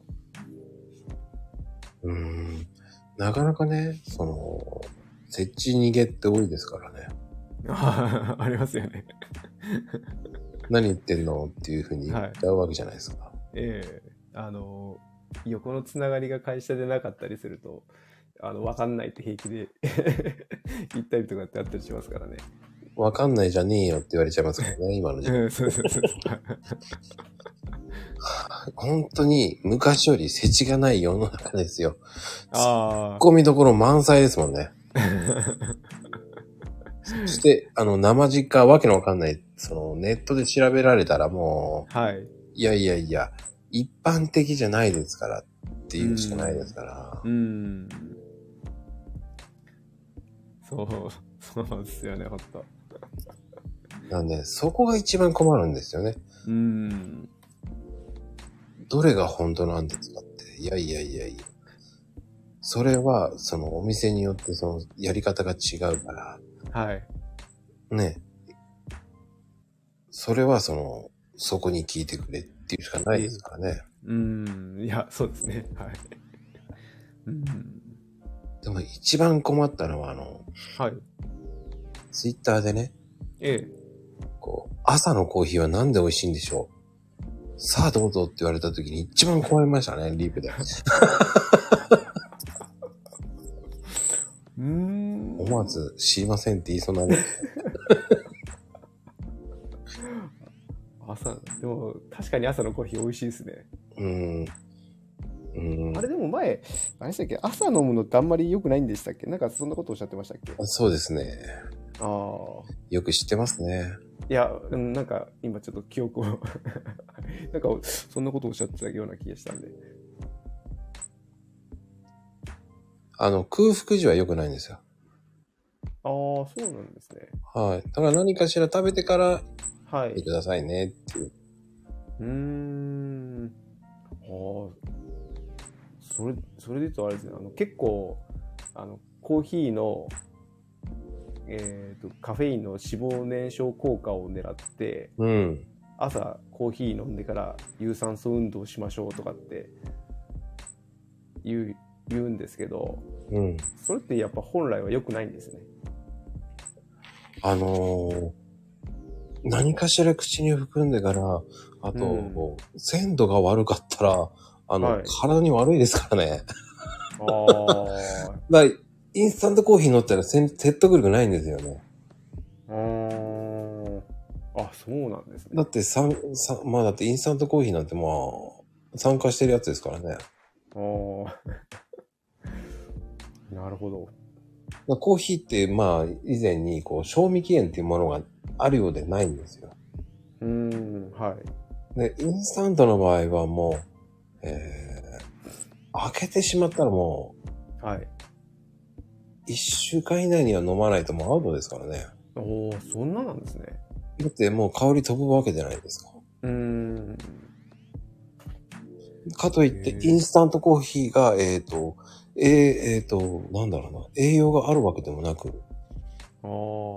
うーん。なかなかね、その、設置逃げって多いですからね。 あありますよね。 何言ってんのっていうふうに言っちゃうわけじゃないですか。 はい、ええー、あの、横のつながりが会社でなかったりすると、あの、わかんないって平気で言ったりとかってあったりしますからね。 わかんないじゃねえよって言われちゃいますからね、今の時代。 そうそうそう。 本当に昔より世知がない世の中ですよ。 ああ。 ツッコミどころ満載ですもんね。そして、あの、生実家わけのわかんない、その、ネットで調べられたらもう、 はい。 いやいやいや、一般的じゃないですからっていうしかないですから。 うん。うんそう、そうですよね、ほんと。 なんで、そこが一番困るんですよね。 うん。 どれが本当なんですかって。いやいやいやいや。それは、そのお店によってそのやり方が違うから。 はい。 ね。それはその、そこに聞いてくれっていうしかないですからね。 うん。いや、そうですね。はい。うん。 でも一番困ったのは、あの、 はい。 ツイッターでね。 ええ。 こう、朝のコーヒーはなんで美味しいんでしょうさあどうぞって言われた時に一番困りましたね、リープで。 うーん。 思わず、知りませんって言いそうになる。 朝、でも、確かに朝のコーヒー美味しいですね。 うん。うん、 あれでも前、あれでしたっけ、朝飲むのってあんまり良くないんでしたっけ？なんかそんなことおっしゃってましたっけ？ そうですね。 ああ。 よく知ってますね。 いや、うん、なんか今ちょっと記憶をなんかそんなことをおっしゃってたような気がしたんで。 あの、空腹時は良くないんですよ。 ああ、そうなんですね。 はい。だから何かしら食べてから、 はい。 見てくださいねっていう。 うーん。ああ。それ、それで言うとあれですね、あの、結構、あの、コーヒーの、えっと、カフェインの脂肪燃焼効果を狙って、 うん。 朝コーヒー飲んでから有酸素運動しましょうとかって言う、言うんですけど、 うん。 それってやっぱ本来は良くないんですね。 あのー、何かしら口に含んでから、あと、うん、鮮度が悪かったら、あの、はい、体に悪いですからね。ああ。だインスタントコーヒー飲ったら説得力ないんですよね。 あーあ、そうなんですね。 だってさん、さまあだってインスタントコーヒーなんてまあ、酸化してるやつですからね。ああ。なるほど。 コーヒーってまあ以前にこう賞味期限っていうものがあるようでないんですよ。 うーん、はい。 で、インスタントの場合はもう、えー、開けてしまったらもう、はい。 一週間以内には飲まないともうアウトですからね。 おー、そんななんですね。 だってもう香り飛ぶわけじゃないですか。 うーん。 かといって、インスタントコーヒーが、えっと、えー、えーと、なんだろうな、栄養があるわけでもなく。 あー。 うん。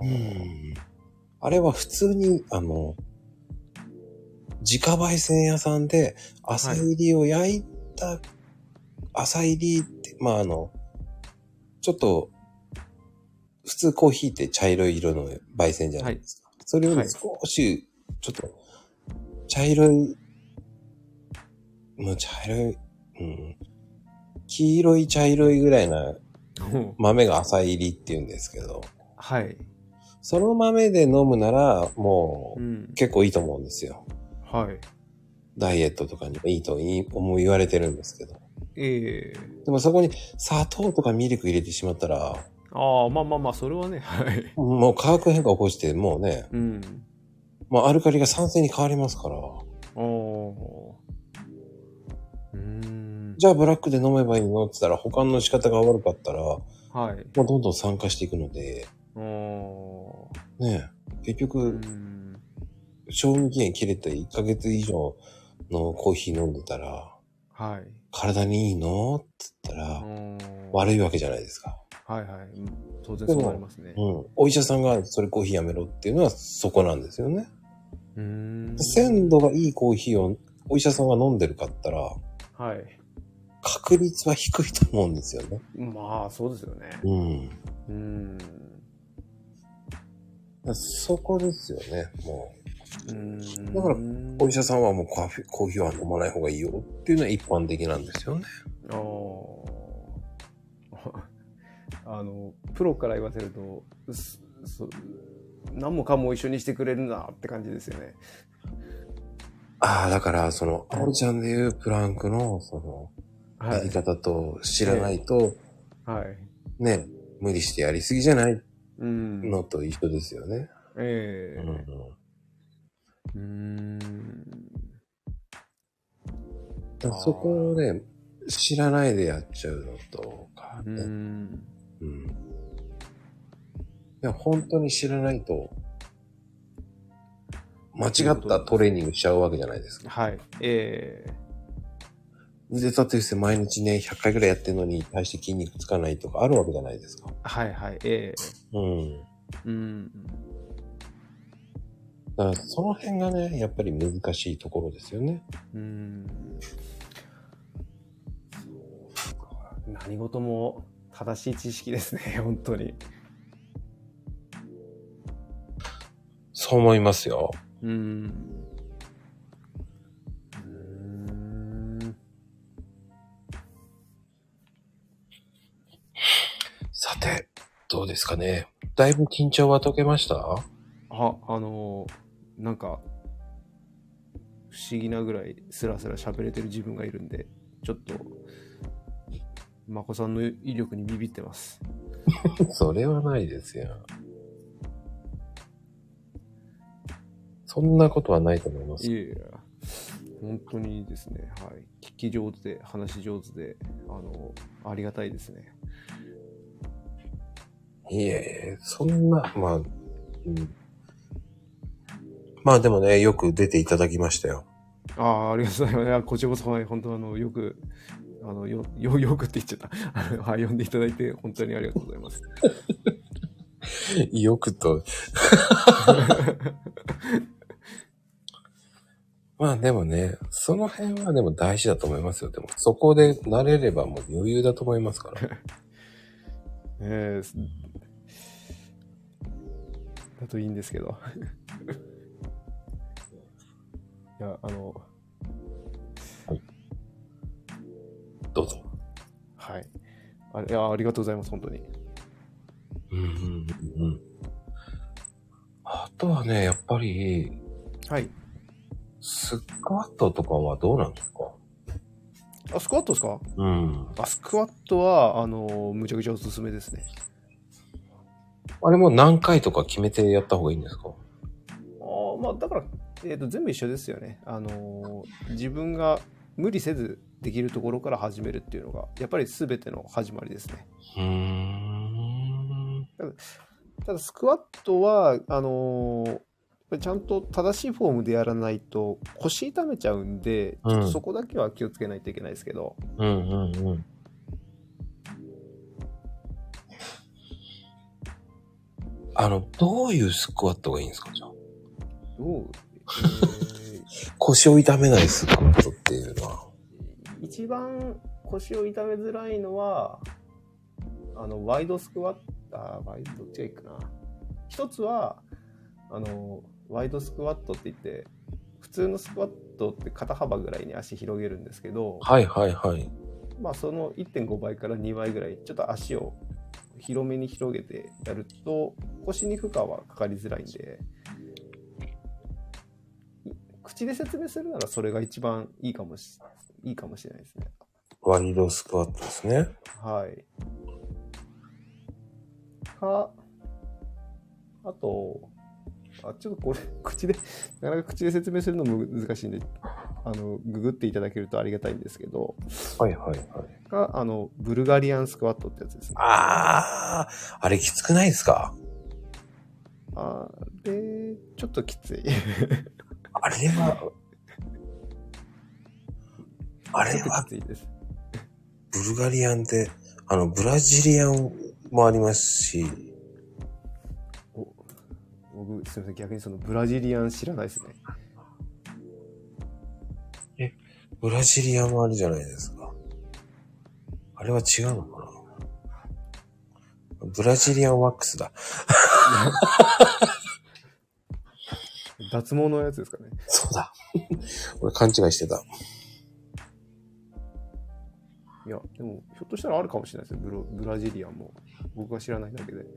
あれは普通に、あの、自家焙煎屋さんで、朝入りを焼いた、はい、朝入りって、まああの、ちょっと、普通コーヒーって茶色い色の焙煎じゃないですか。はい、それより少し、ちょっと、茶色い、もう茶色い、うん。黄色い茶色いぐらいな豆が朝入りって言うんですけど。 はい。 その豆で飲むなら、もう、うん、結構いいと思うんですよ。 はい。 ダイエットとかにもいいといい思う言われてるんですけど。 ええー。 でもそこに砂糖とかミルク入れてしまったら、 ああ、まあまあまあ、それはね、はい。 もう化学変化を起こして、もうね、うん。まあアルカリが酸性に変わりますから。ああ。うーん。じゃあブラックで飲めばいいのって言ったら、保管の仕方が悪かったら、はい。まあどんどん酸化していくので、ああ。ねえ、結局、賞味期限切れていっかげつ以上のコーヒー飲んでたら、はい。体にいいのって言ったら、悪いわけじゃないですか。 はいはい。当然そうなりますね。 うん。お医者さんがそれコーヒーやめろっていうのはそこなんですよね。うーん。鮮度がいいコーヒーをお医者さんが飲んでるかったら、はい。確率は低いと思うんですよね。 まあ、そうですよね。うん。うーん。 そこですよね、もう。うーん。だから、お医者さんはもうコーヒー、コーヒーは飲まない方がいいよっていうのは一般的なんですよね。ああ。あの、プロから言わせると、そ何もかも一緒にしてくれるなって感じですよね。 ああ、だから、その、あおちゃんでいうプランクの、その、やり方と知らないと、はい。ね、無理してやりすぎじゃないのと一緒ですよね。ええー。うん。うーん。そこをね、知らないでやっちゃうのとかね。うん。うん。いや、本当に知らないと、間違ったトレーニングしちゃうわけじゃないですか。 はい。ええー。腕立て伏せ毎日ね、ひゃっかいぐらいやってるのに対して筋肉つかないとかあるわけじゃないですか。 はいはい。ええー。うん。うん。 だからその辺がね、やっぱり難しいところですよね。うん。 何事も正しい知識ですね、本当に。 そう思いますよ。 うん。 どうですかね。だいぶ緊張は解けました？ あ、あのー、なんか、不思議なぐらいスラスラ喋れてる自分がいるんで、ちょっと、まこさんの威力にビビってます。 それはないですよ。そんなことはないと思います。 いやいや、本当にですね、はい。聞き上手で、話し上手で、あの、ありがたいですね。 いえ、そんな、まあ、うん。まあでもね、よく出ていただきましたよ。 ああ、ありがとうございます。こちらこそ、はい、本当あの、よく、あの、よ、よ、よくって言っちゃった。あの、はい、呼んでいただいて、本当にありがとうございます。 よくと。まあでもね、その辺はでも大事だと思いますよ。でも、そこで慣れればもう余裕だと思いますから。 えー、だといいんですけど。いや、あの、 はい。どうぞ。 はい。あ、いや、ありがとうございます、本当に。 うんうんうんうん。あとはね、やっぱり、 はい。 スクワットとかはどうなんですか？ あ、スクワットですか？ うん。 あ、スクワットは、あの、むちゃくちゃおすすめですね。 あれも何回とか決めてやった方がいいんですか？ あまあ、だから、えーと、全部一緒ですよね。あのー、自分が無理せずできるところから始めるっていうのが、やっぱり全ての始まりですね。 うーん。 ただ、ただスクワットは、あのー、ちゃんと正しいフォームでやらないと腰痛めちゃうんで、ちょっとそこだけは気をつけないといけないですけど。 うんうんうん。あの、どういうスクワットがいいんですか、じゃあ。 どう、えー、腰を痛めないスクワットっていうのは。 一番腰を痛めづらいのは、あの、ワイドスクワット、あ、ワイド、どっちがいいかな。一つは、あの、ワイドスクワットって言って、普通のスクワットって肩幅ぐらいに足広げるんですけど、 はいはいはい。 まあその いってんご 倍からにばいぐらい、ちょっと足を広めに広げてやると、腰に負荷はかかりづらいんで、口で説明するならそれが一番いいかもし、いいかもしれないですね。 ワイドスクワットですね。 はい。か、あと、あ、ちょっとこれ、口で、なかなか口で説明するのも難しいんで、あの、ググっていただけるとありがたいんですけど、 はいはいはい。 が、あの、ブルガリアンスクワットってやつですね。 あー、あれきつくないですか？ あれ、ちょっときつい。 あれは、あれは、 きついです。 ブルガリアンで、あの、ブラジリアンもありますし、 僕、すみません、逆にそのブラジリアン知らないですね。 え、ブラジリアンもあるじゃないですか。あれは違うのかな？ブラジリアンワックスだ。 脱毛のやつですかね。 そうだ。俺勘違いしてた。 いや、でも、ひょっとしたらあるかもしれないですよ。ブロ、ブラジリアンも。僕が知らないだけで。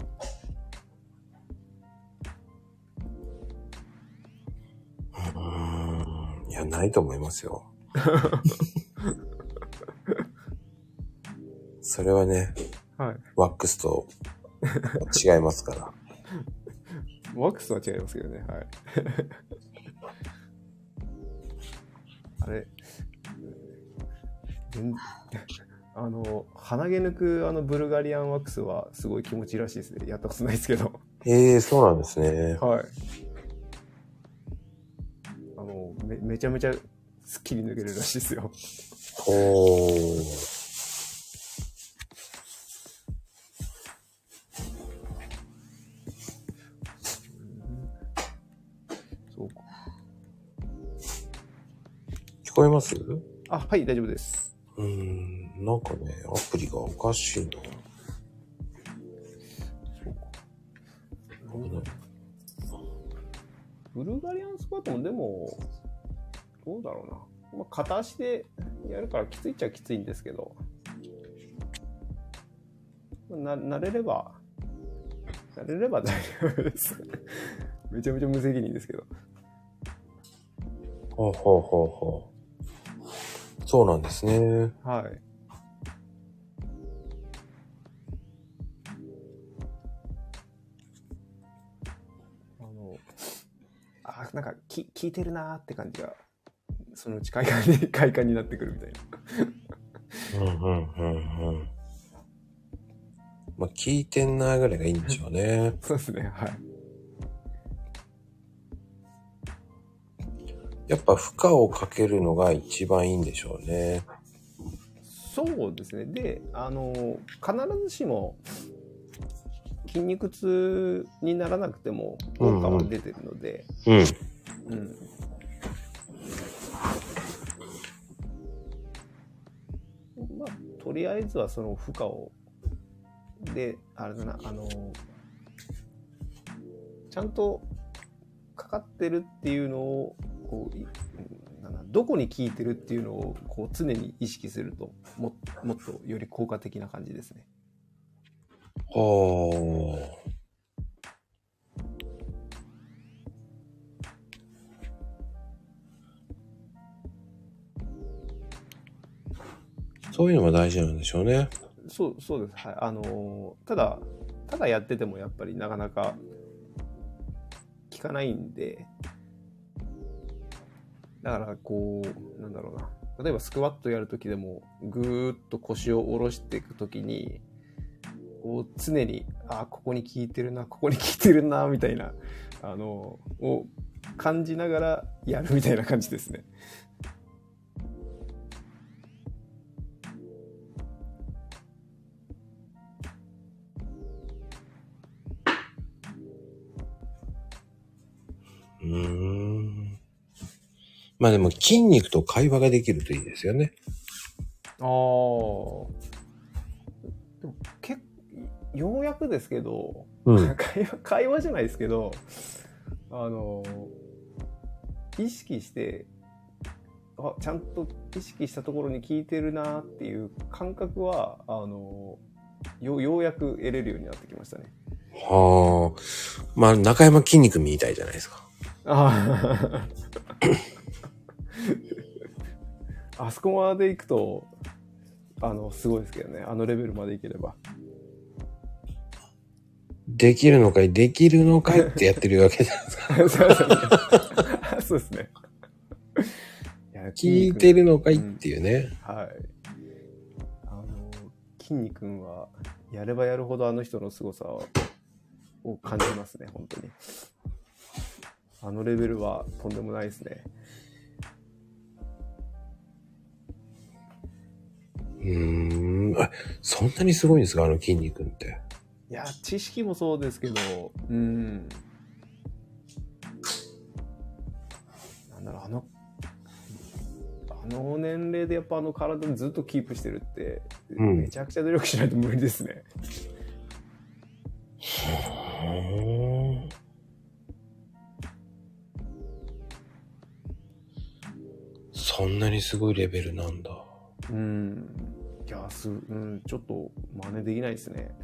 うーん。いや、ないと思いますよ。それはね、 はい。 ワックスと違いますから。 ワックスは違いますけどね。はい。あれ、あの、鼻毛抜くあのブルガリアンワックスはすごい気持ちいいらしいですね。やったことないですけど。 ええー、そうなんですね。 はい。あの、め、めちゃめちゃスッキリ抜けるらしいですよ。 おー。 そうか。 聞こえます？ あ、はい、大丈夫です。 うーん、なんかね、アプリがおかしいな。 そうか。ブルガリアンスクワットもでも、どうだろうな。まあ、片足でやるからきついっちゃきついんですけど、な、慣れれば慣れれば大丈夫です。めちゃめちゃ無責任ですけど。 ほうほうほうほう。そうなんですね。 はい。あの、あ、なんかき聞いてるなーって感じが、そのうち快感に、快感になってくるみたいな。 うんうんうんうん。まあ、聞いてんなーぐらいがいいんでしょうね。 そうですね、はい。 やっぱ負荷をかけるのが一番いいんでしょうね。 そうですね。で、あの、必ずしも筋肉痛にならなくても効果は出てるので、 うん。うん。 うん、まあ、とりあえずはその負荷を、で、あれだな、あの、ちゃんとかかってるっていうのを、こうなんだどこに効いてるっていうのをこう常に意識するとももっとより効果的な感じですね。 はあ。そういうのが大事なんでしょうね。 そうそうです。はい。あのただただやっててもやっぱりなかなか効かないんで。だからこうなんだろうな、例えばスクワットやるときでもぐーっと腰を下ろしていくときにこう常にあここに効いてるなここに効いてるなみたいなあのを感じながらやるみたいな感じですね。 うーん。まあでも筋肉と会話ができるといいですよね。 ああ。でも結構ようやくですけど、うん、会話会話じゃないですけど、あの意識してあちゃんと意識したところに効いてるなっていう感覚はあの よ, ようやく得れるようになってきましたね。 はあ。まあ中山筋肉みたいじゃないですか。 ああそこまで行くとあのすごいですけどね、あのレベルまでいければ。 できるのかいできるのかいってやってるわけじゃないですか。 そうですね。 聞いてるのかいっていうね、 うん、はい。あの筋肉くんはやればやるほどあの人の凄さを感じますね、本当に。あのレベルはとんでもないですね。 うーん、あ、そんなにすごいんですか、あの筋肉って。 いや、知識もそうですけど、うん。なんだろう、あの、あの年齢でやっぱあの体にずっとキープしてるって、うん、めちゃくちゃ努力しないと無理ですね。 へー。そんなにすごいレベルなんだ。 うん。いや、す、うん、ちょっと真似できないですね。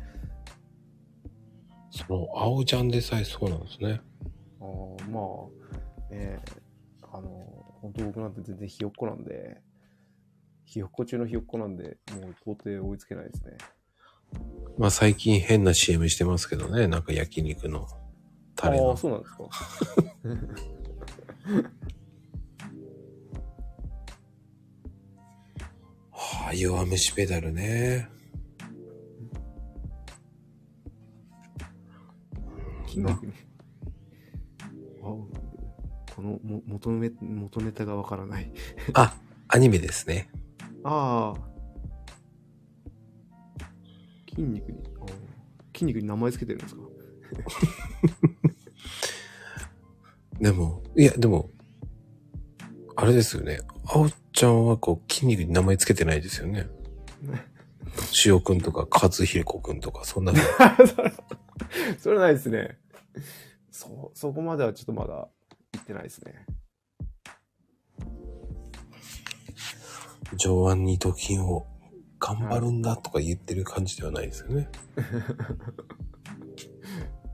その、青ちゃんでさえそうなんですね。 ああ、まあ、ねえ、あの、本当僕なんて全然ひよっこなんで、ひよっこ中のひよっこなんで、もう到底追いつけないですね。 まあ最近変な シーエム してますけどね、なんか焼肉のタレの。 ああ、そうなんですか。 はあ、弱虫ペダルね。 筋肉に。このも元ネ元ネタがわからない。 あ、アニメですね。 ああ。筋肉に、筋肉に名前つけてるんですか？ でも、いや、でも、あれですよね。あおちゃんはこう筋肉に名前つけてないですよね。しおくんとか、かずひれこくんとか、そんなの。 それないですね。そ、そこまではちょっとまだ言ってないですね。 上腕二頭筋を頑張るんだとか言ってる感じではないですよね。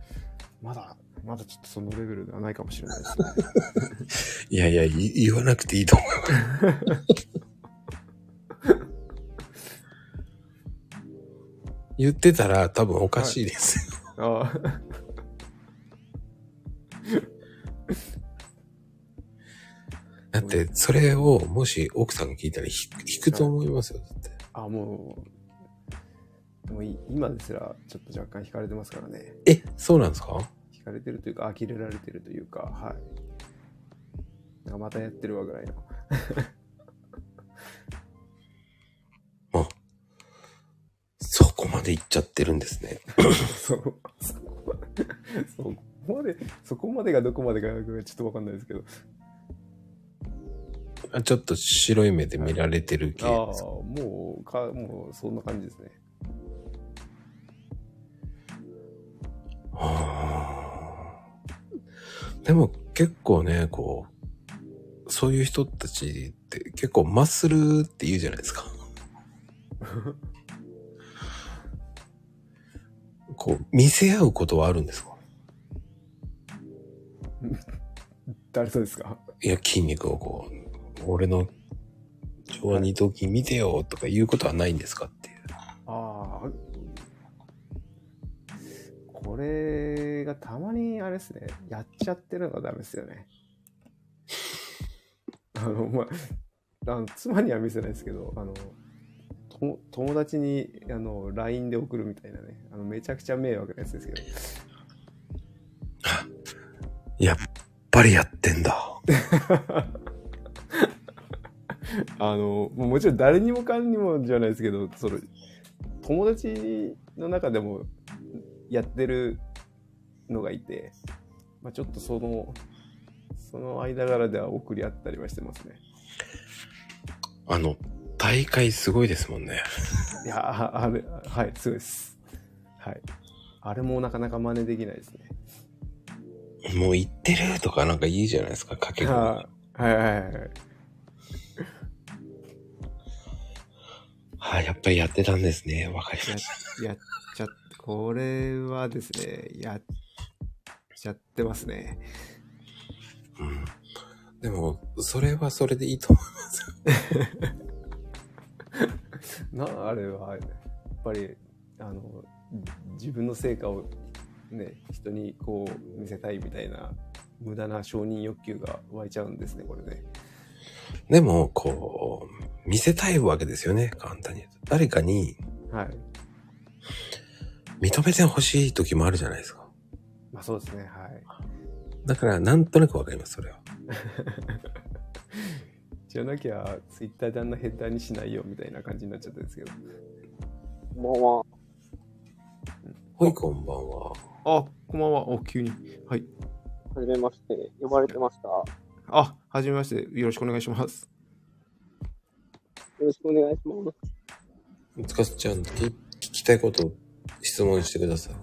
まだ、まだちょっとそのレベルではないかもしれないですね。 いやいや、言わなくていいと思う。言ってたら多分おかしいですよ。はい、ああ。だって、それをもし奥さんが聞いたら引くと思いますよ、だって。 あ、もう、でも今ですらちょっと若干惹かれてますからね。 え、そうなんですか？ 惹かれてるというか、呆れられてるというか、はい。なんかまたやってるわぐらいの。 あ、そこまで行っちゃってるんですね。 そう、そこまで、そこまでがどこまでかちょっとわかんないですけど。 ちょっと白い目で見られてる系ですか？ ああ、もうか、もうそんな感じですね。 はあ。でも結構ね、こう、そういう人たちって結構マッスルって言うじゃないですか。こう、見せ合うことはあるんですか？ 誰とですか？ いや、筋肉をこう、俺の上腕二頭筋見てよとか言うことはないんですかっていう。 ああ、これがたまにあれですね、やっちゃってるのがダメですよね。あの、まあ、あの妻には見せないですけど、あの、と友達にあの ライン で送るみたいなね、あのめちゃくちゃ迷惑なやつですけど。 やっぱりやってんだ。 あの、もちろん誰にもかんにもじゃないですけど、その友達の中でもやってるのがいて、まあ、ちょっとその、その間柄では送り合ったりはしてますね。 あの、大会すごいですもんね。 いや、あ、あれ、はい、すごいです。はい。あれもなかなか真似できないですね。 もう言ってるとかなんかいいじゃないですか、かけ声。 はいはいはいはい。 はい、やっぱりやってたんですね。わかりました。や、やっちゃって、これはですね、やっちゃってますね。 うん。でも、それはそれでいいと思いますな、あれは、やっぱり、あの、自分の成果をね、人にこう見せたいみたいな無駄な承認欲求が湧いちゃうんですね、これね。 でも、こう、見せたいわけですよね、簡単に言うと。誰かに、 はい。 認めてほしい時もあるじゃないですか。 まあそうですね、はい。 だから、なんとなくわかります、それは。 じゃなきゃ、ツイッターであんなヘッダーにしないよ、みたいな感じになっちゃったんですけど。 こんばんは。 はい、こんばんは。 あ、こんばんは。お、急に。はい。 はじめまして。呼ばれてました。 あ、はじめまして。よろしくお願いします。 よろしくお願いします。 つかすちゃん、聞きたいことを質問してください。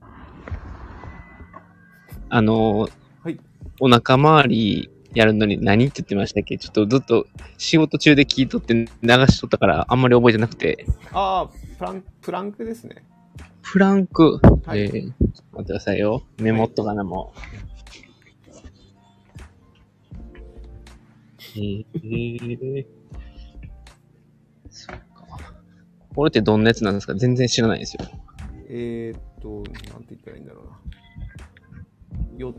あの、 はい。 お腹周りやるのに何って言ってましたっけ？ちょっとずっと仕事中で聞いとって流しとったからあんまり覚えてなくて。 ああ、プラン、プランクですね。 プランク。 はい、 えー、待ってくださいよ。メモっとかなも。はい、えー、そうか。これってどんなやつなんですか？全然知らないですよ。 えーっと、なんて言ったらいいんだろうな。よ、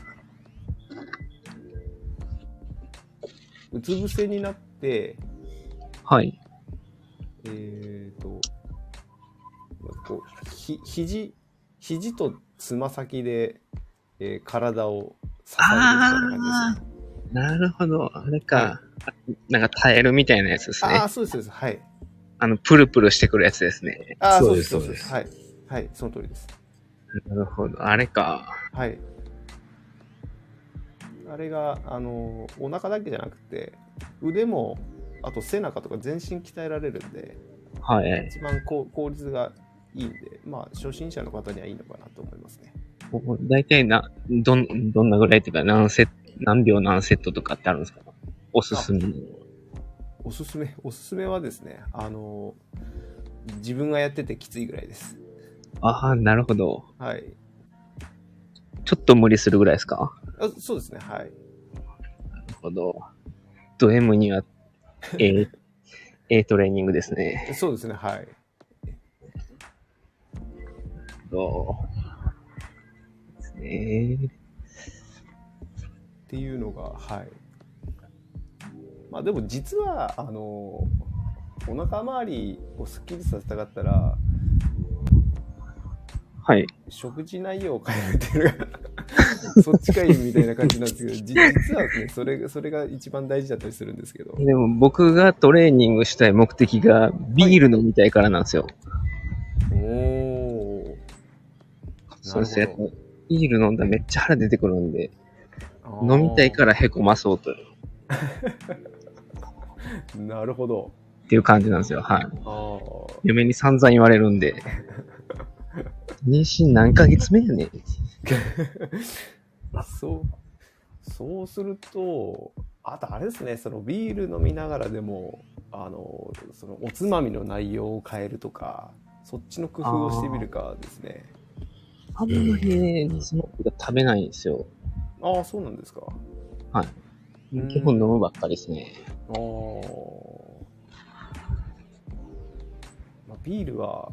うつ伏せになって、 はい。 えーっと、こうひ肘肘とつま先で、えー、体を支えるみたいな感じですね。 なるほど、あれか、はい、なんか耐えるみたいなやつですね。 ああ、そうですそうです。はい。 あのプルプルしてくるやつですね。 ああ、そうですそうです。はい、はい、その通りです。 なるほど、あれか。 はい。あれがあのお腹だけじゃなくて腕もあと背中とか全身鍛えられるんで、 はい、 一番こ効率がいいんで、まあ初心者の方にはいいのかなと思いますね。 だいたいなどんどんなぐらいっていうか何セ何秒何セットとかってあるんですか？おすすめ。 おすすめおすすめはですね、あの自分がやっててきついぐらいです。 ああ、なるほど。 はい。 ちょっと無理するぐらいですか？ あ、そうですね、はい。なるほど。ド M には、A、A トレーニングですね。 そうですね、はい。 そうですね。 っていうのが、はい。まあでも実は、あの、お腹周りをスッキリさせたかったら、 はい。 食事内容を変えるっていうのがそっちかいみたいな感じなんですけど、実はね、それ、それが一番大事だったりするんですけど。 でも僕がトレーニングしたい目的がビール飲みたいからなんですよ。 はい、おー。 そうですね。ビール飲んだらめっちゃ腹出てくるんで、飲みたいからへこまそうと。 なるほど。 っていう感じなんですよ。はい。嫁に散々言われるんで。妊娠何ヶ月目やねん。 そう、そうすると、あとあれですね、そのビール飲みながらでも、あの、そのおつまみの内容を変えるとか、そっちの工夫をしてみるかですね。 あんまりね、その子が食べないんですよ。 ああ、そうなんですか。 はい。基本飲むばっかりですね。 ああ。まあ、ビールは、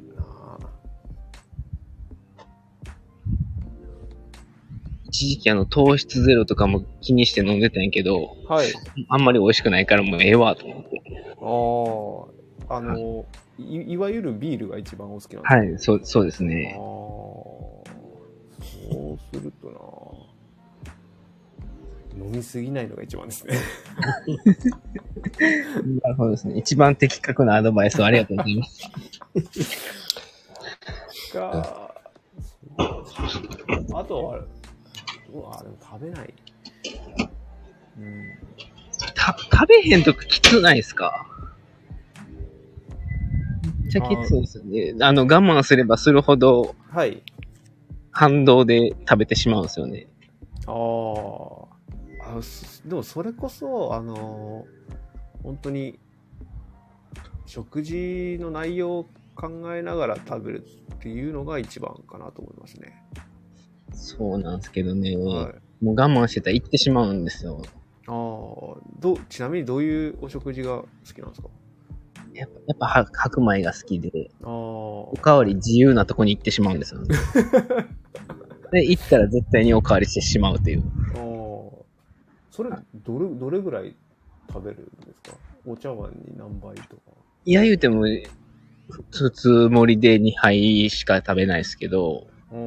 一時期あの糖質ゼロとかも気にして飲んでたんやけど、 はい。 あんまり美味しくないからもうええわと思って。 ああ、あの、はい、い, いわゆるビールが一番お好きなんですか？ はい、そう、そうですね。ああ、 そうするとな、飲みすぎないのが一番ですね。 なるほどですね。一番的確なアドバイスをありがとうございます。 が、あとは、うわ、でも食べない。 うん。た、食べへんときつないですか？めっちゃきついですよね。あの、我慢すればするほど、 はい。 反動で食べてしまうんですよね。 ああ。でもそれこそ、あの、本当に、食事の内容を考えながら食べるっていうのが一番かなと思いますね。 そうなんですけどね、はい、もう我慢してたら行ってしまうんですよ。 ああ、どちなみにどういうお食事が好きなんですか？ やっぱ、やっぱ白米が好きで、あおかわり自由なとこに行ってしまうんですよね。で、行ったら絶対におかわりしてしまうという。ああ、 それどれどれぐらい食べるんですか？お茶碗に何杯とか？ いや、言うても普通盛りでにはいしか食べないですけど。うん。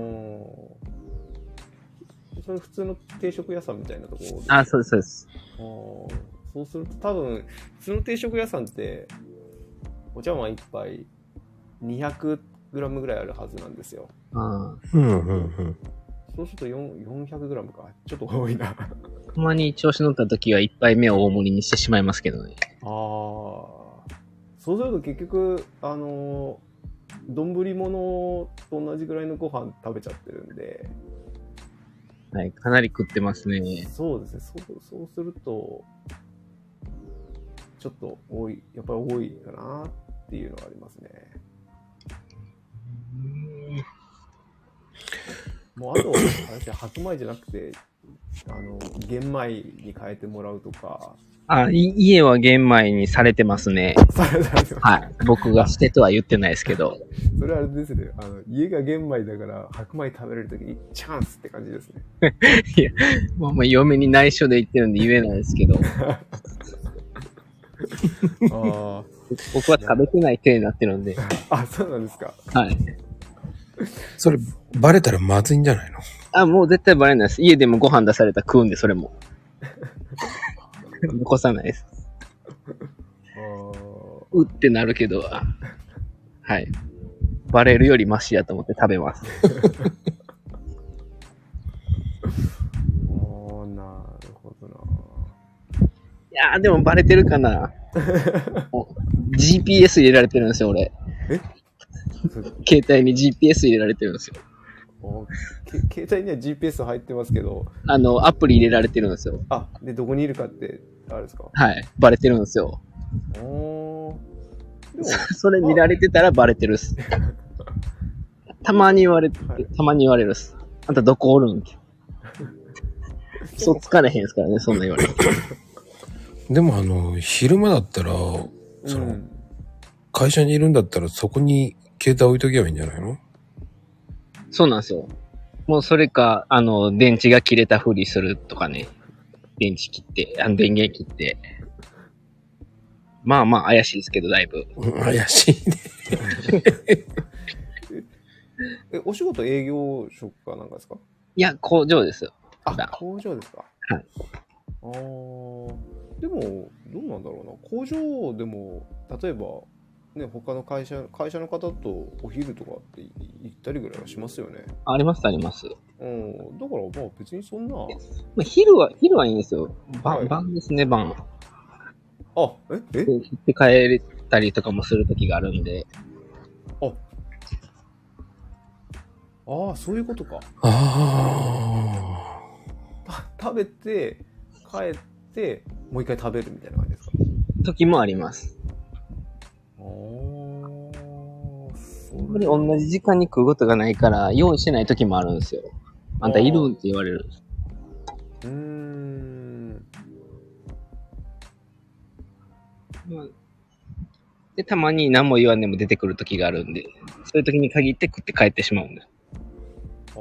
それ普通の定食屋さんみたいなところですか？あ、そうです、そうです。 あ、そうすると多分、普通の定食屋さんって、お茶碗一杯にひゃくグラムぐらいあるはずなんですよ。ああ。うんうんうん。そうするとよんひゃくグラムか。ちょっと多いな。 たまに調子乗った時は一杯目を大盛りにしてしまいますけどね。ああ。 そうすると結局、あの、丼物と同じぐらいのご飯食べちゃってるんで、 はい、かなり食ってますね。 そうですね。そう、そうすると、ちょっと多い、やっぱり多いかなっていうのはありますね。もうあと、私は白米じゃなくて、あの、玄米に変えてもらうとか。 あ、家は玄米にされてますね。されてます。はい。僕がしてとは言ってないですけど。 それはあれですね。あの、家が玄米だから白米食べれるときにチャンスって感じですね。 いや、まあまあ嫁に内緒で言ってるんで言えないですけど。あ僕は食べてない手になってるんで。 あ、そうなんですか。 はい。 それ、バレたらまずいんじゃないの？ あ、もう絶対バレないです。家でもご飯出されたら食うんで、それも。残さないです。うってなるけど、はい。バレるよりマシやと思って食べます。ああ、なるほどな。 いやー、でもバレてるかな。ジーピーエス 入れられてるんですよ、俺。え？携帯に ジーピーエス 入れられてるんですよ。 携帯には ジーピーエス 入ってますけど、 あの、アプリ入れられてるんですよ。 あ、で、どこにいるかって、あれですか？ はい。バレてるんですよ。おー。でもそれ見られてたらバレてるっす。たまに言われて、はい、たまに言われるっす。 あんたどこおるんそう疲れへんですからね、そんな言われる。 でもあの、昼間だったら、その、うん、会社にいるんだったらそこに携帯置いとけばいいんじゃないの？ そうなんですよ。もうそれか、あの、電池が切れたふりするとかね。電池切って、あの電源切って。まあまあ怪しいですけど、だいぶ。 怪しいね。 え、お仕事営業職かなんかですか？ いや、工場ですよ。 あ、工場ですか？ はい。 あー、でも、どうなんだろうな。工場でも、例えば、ね、他の会社、会社の方とお昼とかって行ったりぐらいはしますよね。 あります、あります。 うん。だから、まあ別にそんな。まあ、昼は、昼はいいんですよ。晩、はい、晩ですね、晩。 あ、ええ行って帰れたりとかもするときがあるんで。 あ。ああ、そういうことか。 ああ。食べて、帰って、もう一回食べるみたいな感じですか？ 時もあります。 ああ。 やっぱり同じ時間に食うことがないから、用意してない時もあるんですよ。あんたいるんって言われる。 うーん。 まあ、で、たまに何も言わんでも出てくる時があるんで、そういう時に限って食って帰ってしまうんです。 ああ。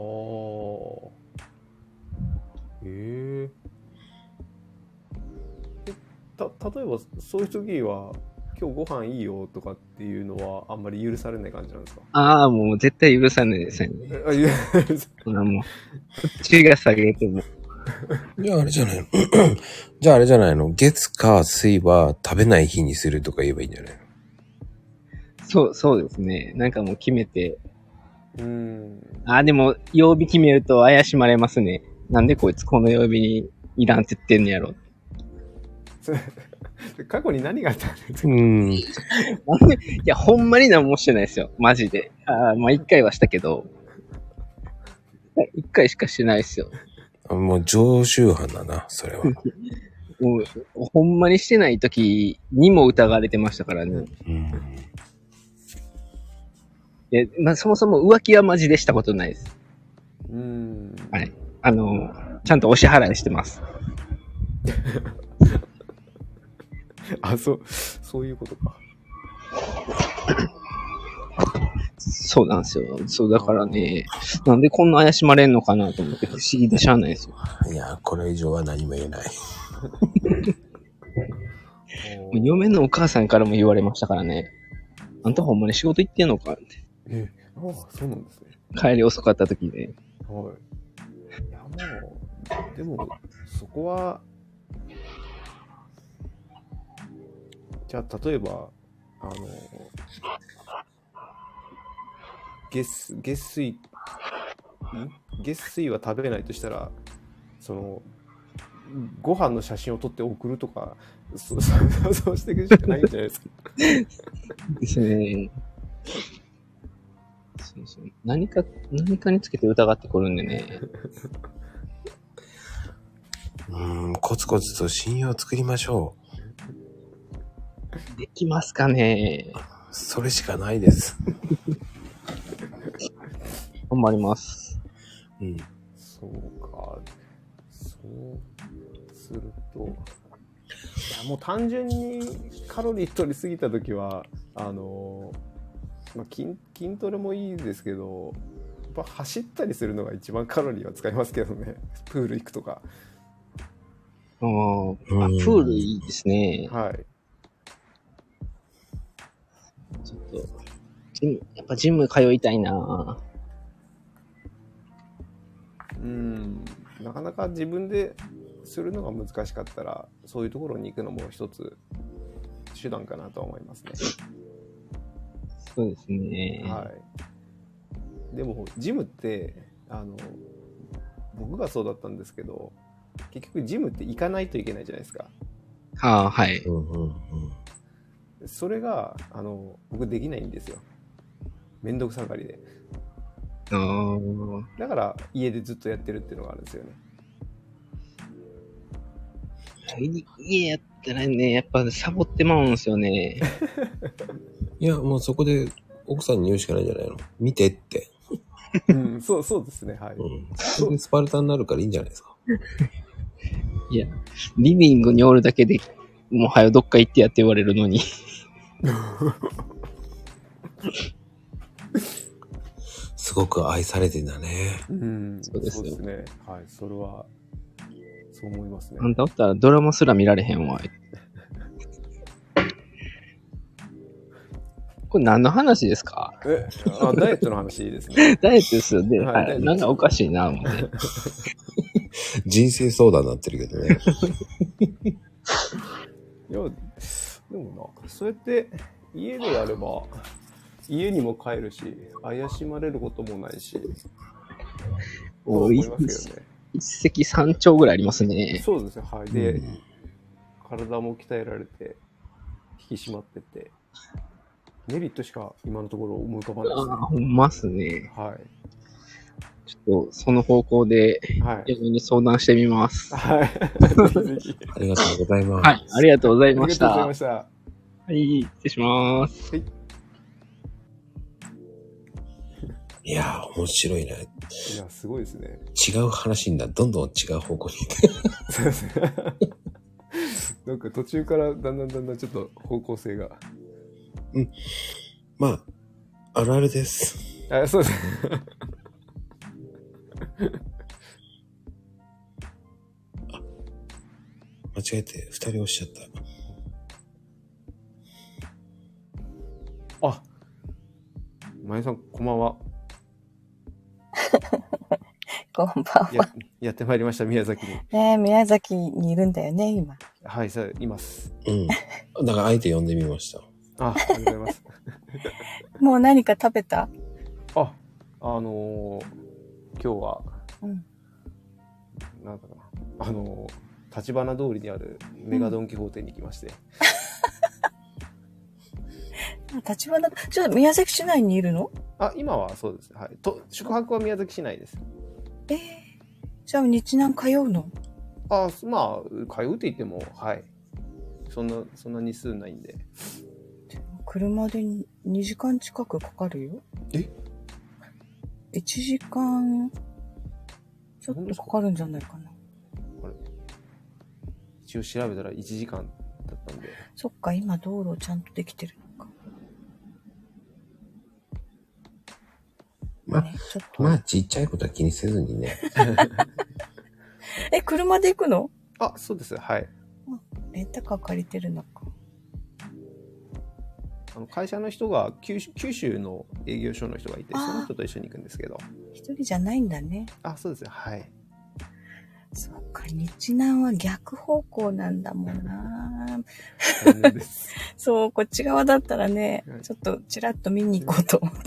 へえ。た、例えばそういう時は今日ご飯いいよとかっていうのはあんまり許されない感じなんですか？ ああ、もう絶対許さないですね。あ、いや、そんなもう、こっちが下げても。 じゃああれじゃないのじゃああれじゃないの月火水は食べない日にするとか言えばいいんじゃないの？ そう、そうですね。なんかもう決めて。うーん。あ、でも、曜日決めると怪しまれますね。なんでこいつこの曜日にいらんって言ってんのやろ。 過去に何があったんですか？ うん。いや、ほんまに何もしてないですよ。マジで。あまあ、一回はしたけど。一回しかしてないですよ。 もう常習犯だな、それは。 もう、ほんまにしてない時にも疑われてましたからね。うん。いや、まあ、そもそも浮気はマジでしたことないです。うん。はい。あの、ちゃんとお支払いしてます。 あ、そう、そういうことか。 そうなんですよ。そう、だからね、なんでこんな怪しまれんのかなと思って不思議でしゃあないですよ。 いや、これ以上は何も言えない。 嫁のお母さんからも言われましたからね。あんたほんまに仕事行ってんのかって。 え、ああ、そうなんですね。 帰り遅かった時で。 はい。いや、もう、でも、そこは、じゃあ、例えば、あの、月、月水、ん月水は食べないとしたら、その、ご飯の写真を撮って送るとか、そ、そ、そうしていくしかないんじゃないですか。 ですね。そうそう。何か、何かにつけて疑ってくるんでね。 うーん、コツコツと信用を作りましょう。 できますかね。 それしかないです。 頑張ります。 うん。そうか。そうすると、いやもう単純にカロリー取りすぎたときは、あの、まあ、筋、筋トレもいいですけど、やっぱ走ったりするのが一番カロリーは使いますけどね。プール行くとか。 ああ、プールいいですね。 はい。 ちょっと、ジム、やっぱジム通いたいな。 うん、なかなか自分でするのが難しかったら、そういうところに行くのも一つ手段かなと思いますね。 そうですね。 はい。でもジムってあの僕がそうだったんですけど、結局ジムって行かないといけないじゃないですか。 はあ、はい。 うんうんうん、それがあの僕できないんですよ。めんどくさがりで。 あだから家でずっとやってるっていうのがあるんですよね。 家やったらね、やっぱサボってまうんですよね。 いや、もうそこで奥さんに言うしかないんじゃないの？見てって。 うん、そう、そうですね、はい。 うん。それでスパルタになるからいいんじゃないですか。 いや、リビングにおるだけで、もうはよどっか行ってやって言われるのに。 すごく愛されてんだね。 うん、 そうですよ。 そうですね。はい、それは、そう思いますね。 あんたおったらドラマすら見られへんわ。これ何の話ですか？ え、あ、ダイエットの話ですね。 ダイエットですよね。 はい。 はい、なんかおかしいな、思って。 人生相談になってるけどね。 いや、でもな、そうやって家でやれば、家にも帰るし、怪しまれることもないし、思いますけどね。 一石三鳥ぐらいありますね。 そうですよ、はい。で、 うん、 体も鍛えられて、引き締まってて、メリットしか今のところ思い浮かばないですね。 ああ、ほんまっすね。 はい。 ちょっと、その方向で、はい。に相談してみます。はい。 ありがとうございます。 はい。ありがとうございました。 ありがとうございました。 はい、失礼します。はい。 いやー、面白いね。 いや、すごいですね。 違う話になる。どんどん違う方向に行って。そうですね。 なんか途中からだんだんだんだんちょっと方向性が。 うん。まあ、あるあるです。 あ、そうです。 あ、間違えて二人押しちゃった。 あ、まゆさん、こんばんは。 こんばんは。 や、やってまいりました、宮崎に。 ねえ、宮崎にいるんだよね、今。 はい、さ、います。 うん。だから、相手呼んでみました。 あ、ありがとうございます。 もう何か食べた？ あ、あのー、今日は、うん、なんだかな、あのー、立花通りにあるメガドンキホーテに行きまして。 うん、立花、ちょっと宮崎市内にいるの？ あ、今はそうです。はい。と、宿泊は宮崎市内です。 えー、じゃあ日南通うの？ あ、まあ、通うって言っても、はい。そんな、そんな日数ないんで。 車でにじかん近くかかるよ。 え ? いち 時間ちょっとかかるんじゃないかな。 あれ一応調べたらいちじかんだったんで。 そっか、今道路ちゃんとできてるのか。 まあ、ね、ちょっとまあちっちゃいことは気にせずにね。 え、車で行くの？ あ、そうです。はい。 レンタカー借りてるのか。 あの会社の人が九州、九州の営業所の人がいて、その人と一緒に行くんですけど。 一人じゃないんだね。 あ、そうですよ。はい。 そっか、日南は逆方向なんだもんな。そう、こっち側だったらね、はい、ちょっとちらっと見に行こうと思った。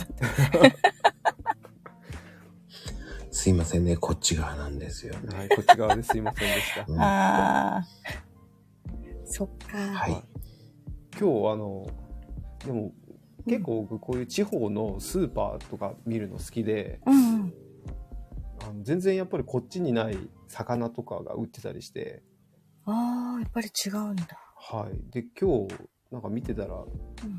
すいませんね、こっち側なんですよね。 はい、こっち側ですいませんでした。 うん、ああ、そっか。 はい。 今日あの、でも結構僕こういう地方のスーパーとか見るの好きで、うんうん、あの全然やっぱりこっちにない魚とかが売ってたりして。 ああ、やっぱり違うんだ。 はい。で、今日なんか見てたら、うん、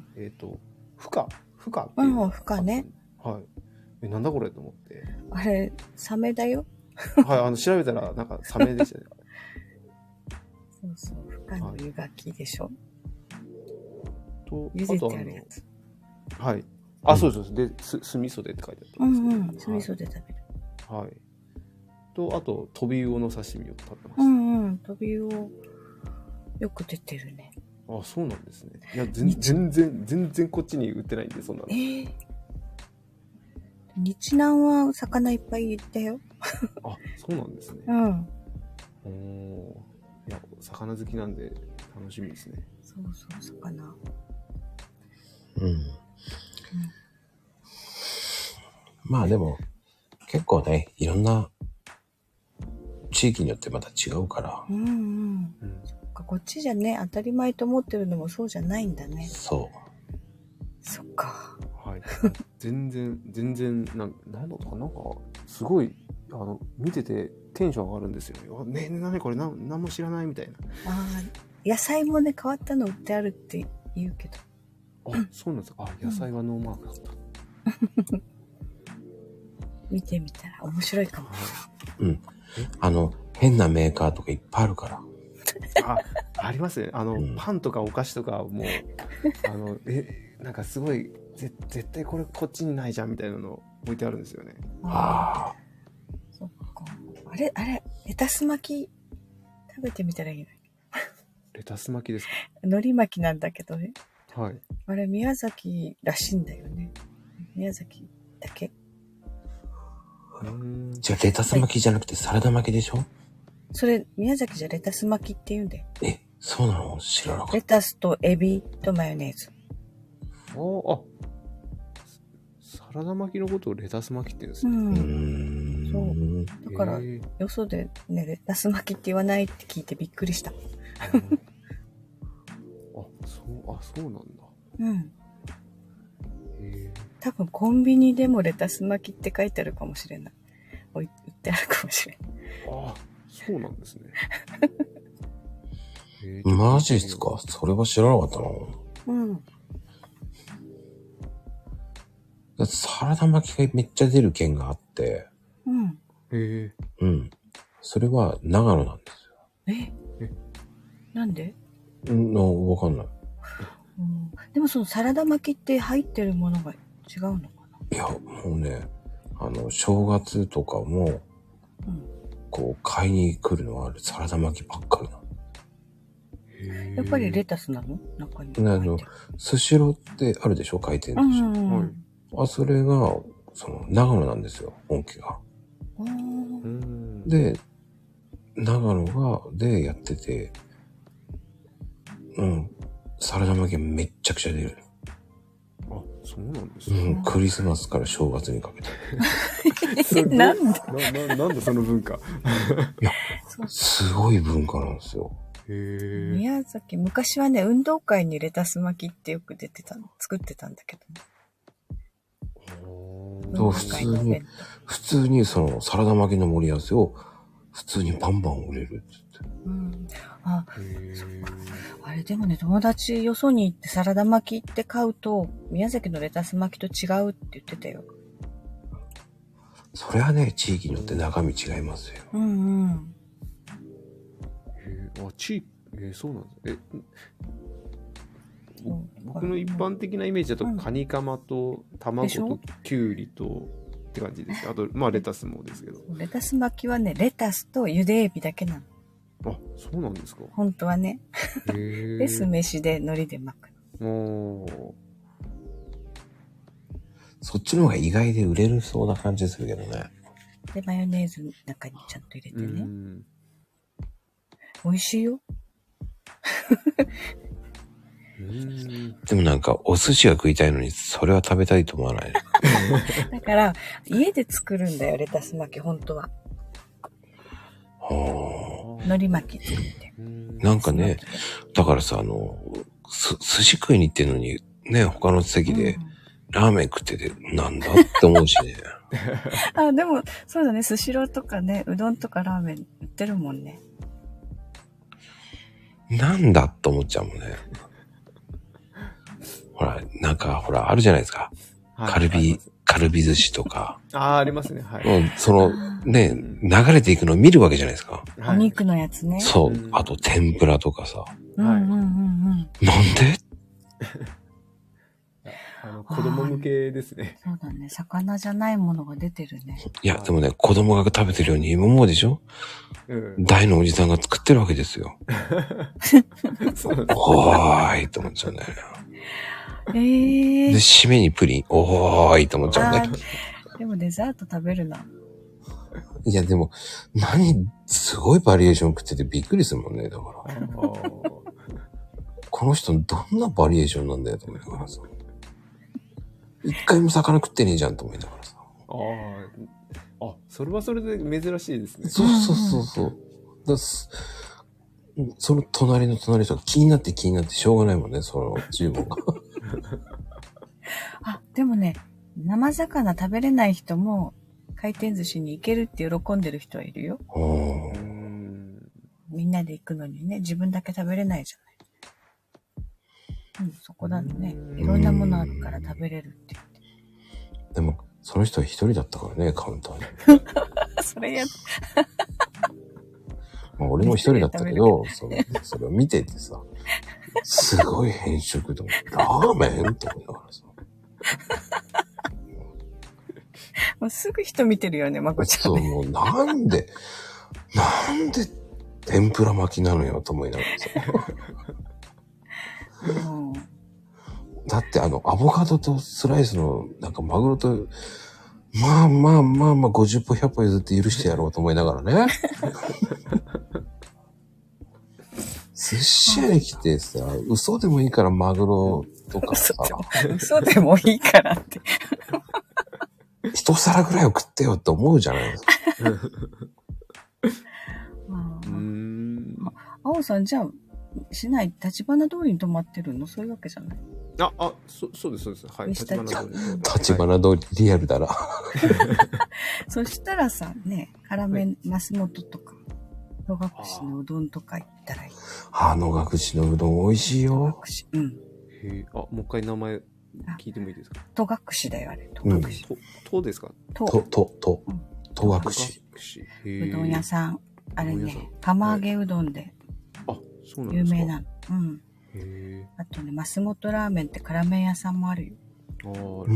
えっと、ふか、ふかっていう。うん、ふかね。 はい。え、なんだこれと思って。 あれ、サメだよ。 はい、あの、調べたらなんかサメでしたね。 そうそう、ふかの湯がきでしょ。はいと、 茹でてあるやつ。 はい。あ、うん、そうです。で、す、酢味噌でって書いてあったんですけど。 うんうん。酢味噌で食べる。 はい。はい、と、あと、トビウオの刺身を食べます。 うんうん。トビウオ、よく出てるね。 あ、そうなんですね。いや、全然、全然こっちに売ってないんで、そんなの。 えー、日南は魚いっぱいいたよ。 あ、そうなんですね。 うん。 おー。いや、魚好きなんで楽しみですね。 そうそう、魚。 うん、うん、まあでも結構ね、いろんな地域によってまた違うから。 うんうん。うん、そっか、こっちじゃね、当たり前と思ってるのもそうじゃないんだね。 そう。 そっか。 はい。全然全然なんなんだとかなんかすごいあの見ててテンション上がるんですよね。ねえねえ何これなん何も知らないみたいな。 ああ、野菜もね変わったの売ってあるって言うけど。 あ、そうなんですか。あ、野菜はノーマークだった。 見てみたら面白いかも。 うん。あの、変なメーカーとかいっぱいあるから。 あ、ありますね。あの、うん、パンとかお菓子とかもう、あの、え、なんかすごい、ぜ絶対これこっちにないじゃんみたいなの置いてあるんですよね。 ああ。そっか。あれ、あれ、レタス巻き食べてみたらいいの？ レタス巻きですか？ 海苔巻きなんだけどね。 はい。 あれ、宮崎らしいんだよね。宮崎だけ。 うん。じゃあ、レタス巻きじゃなくてサラダ巻きでしょ？ それ、宮崎じゃレタス巻きって言うんだよ。 え、そうなの？知らなかった。 レタスとエビとマヨネーズ。 ああ。サラダ巻きのことをレタス巻きって言うんですね。うん。うんそう。だから、よそでね、レタス巻きって言わないって聞いてびっくりした。 あ、そう、あ、そうなんだ。 うん。多分コンビニでもレタス巻きって書いてあるかもしれない。売ってあるかもしれない。 ああ、そうなんですね。 えー、マジっすか？それは知らなかったな。うん。サラダ巻きがめっちゃ出る県があって。 うん。 へえ。 うん。それは長野なんですよ。え？え？なんで？ うん、わかんない。 うん、でもそのサラダ巻きって入ってるものが違うのかな？ いや、もうね、あの、正月とかも、うん、こう、買いに来るのはサラダ巻きばっかりなの。 やっぱりレタスなの？中に。 あの、スシローってあるでしょ？回転寿司。うんうんうん、あ、それが、その、長野なんですよ、本家が。で、長野が、でやってて、うん。サラダ巻きがめっちゃくちゃ出る。 あ、そうなんですね。 うん、クリスマスから正月にかけて。なんでな、な、なんでその文化いや、すごい文化なんですよ。 へー。 宮崎、昔はね、運動会にレタス巻きってよく出てたの、作ってたんだけどね。 そう普通に、普通にそのサラダ巻きの盛り合わせを普通にバンバン売れるっつって。 うん。あ、そっか。あれでもね、友達よそに行ってサラダ巻きって買うと、宮崎のレタス巻きと違うって言ってたよ。 それはね、地域によって中身違いますよ。 うんうん。 へえ、あ、地域、えー、そうなんです。え、僕の一般的なイメージだと、カニカマと卵とキュウリとって感じです。あと、まあレタスもですけど。 レタス巻きはね、レタスと茹でエビだけなの。 あ、そうなんですか。 本当はね。で、酢飯で海苔で巻くの。おそっちの方が意外で売れるそうな感じするけどね。 で、マヨネーズの中にちゃんと入れてね。美味しいよ。 でもなんかお寿司が食いたいのにそれは食べたいと思わない。 だから家で作るんだよ、レタス巻き本当は。 はあ。海苔巻き作って。 なんかね、だからさ、あの、す寿司食いに行ってるのにね、他の席でラーメン食っててなんだって思うしね。 あ、でもそうだね、スシローとかね、うどんとかラーメン売ってるもんね。 なんだって思っちゃうもんね。ほら、なんか、ほら、あるじゃないですか。はい、カルビ、カルビ寿司とか。 ああ、ありますね。はい。 もうその、ね、流れていくのを見るわけじゃないですか。 お肉のやつね。 そう。あと、天ぷらとかさ。 うんうんうんうん。 なんであの、子供向けですね。 そうだね。魚じゃないものが出てるね。 いや、でもね、子供が食べてるように思うでしょ、うん、大のおじさんが作ってるわけですよ。おーいと思っちゃうんだよね。 えー、 で、締めにプリン、おーいと思っちゃうんだよ。 でもデザート食べるな。 いや、でも、何、すごいバリエーション食っててびっくりするもんね、だから。この人どんなバリエーションなんだよと思いながらさ。一回も魚食ってねえじゃんと思いながらさ。 ああ。あ、それはそれで珍しいですね。 そうそうそうそう。だすその隣の隣とか気になって気になってしょうがないもんね、その注文が。 あ、でもね、生魚食べれない人も回転寿司に行けるって喜んでる人はいるよ。みんなで行くのにね、自分だけ食べれないじゃない。うん、そこだね。いろんなものあるから食べれるって言って。 でも、 その人は一人だったからね、カウンターに。 それや、 まあ、俺も一人だったけど、そのそれを見ててさ、すごい変色と思って、ラーメンと思いながらさ。 もうすぐ人見てるよね、まこちゃん、ね。 そう、もうなんで、なんで天ぷら巻きなのよと思いながらさ。 うん、 だってあの、アボカドとスライスの、なんかマグロと、まあまあまあまあごじゅっぽひゃっぽ譲って許してやろうと思いながらね。寿司屋に来てさ、嘘でもいいからマグロとかさ。 嘘でもいいからって。 一皿ぐらいを食ってよって思うじゃないですか。 うん。 青さん、じゃあ、市内、立花通りに泊まってるの？そういうわけじゃない？ あ、あ、そ、そうです、そうです。はい。立花通り。 立花通り、リアルだな。 そしたらさ、ね、辛麺、増本とか、野隠のうどんとか行ったらいい。 あ、野隠のうどん美味しいよ。 うん。 へあ、もう一回名前聞いてもいいですか？ 戸隠だよ、あれ。戸隠。 と、とですか？ と、 と、と、と、戸隠。うどん屋さん。あれね、釜揚げうどんで。 あ、そうなんですか？ 有名なの。うん。へあとね、増本ラーメンって辛麺屋さんもあるよ。 うん、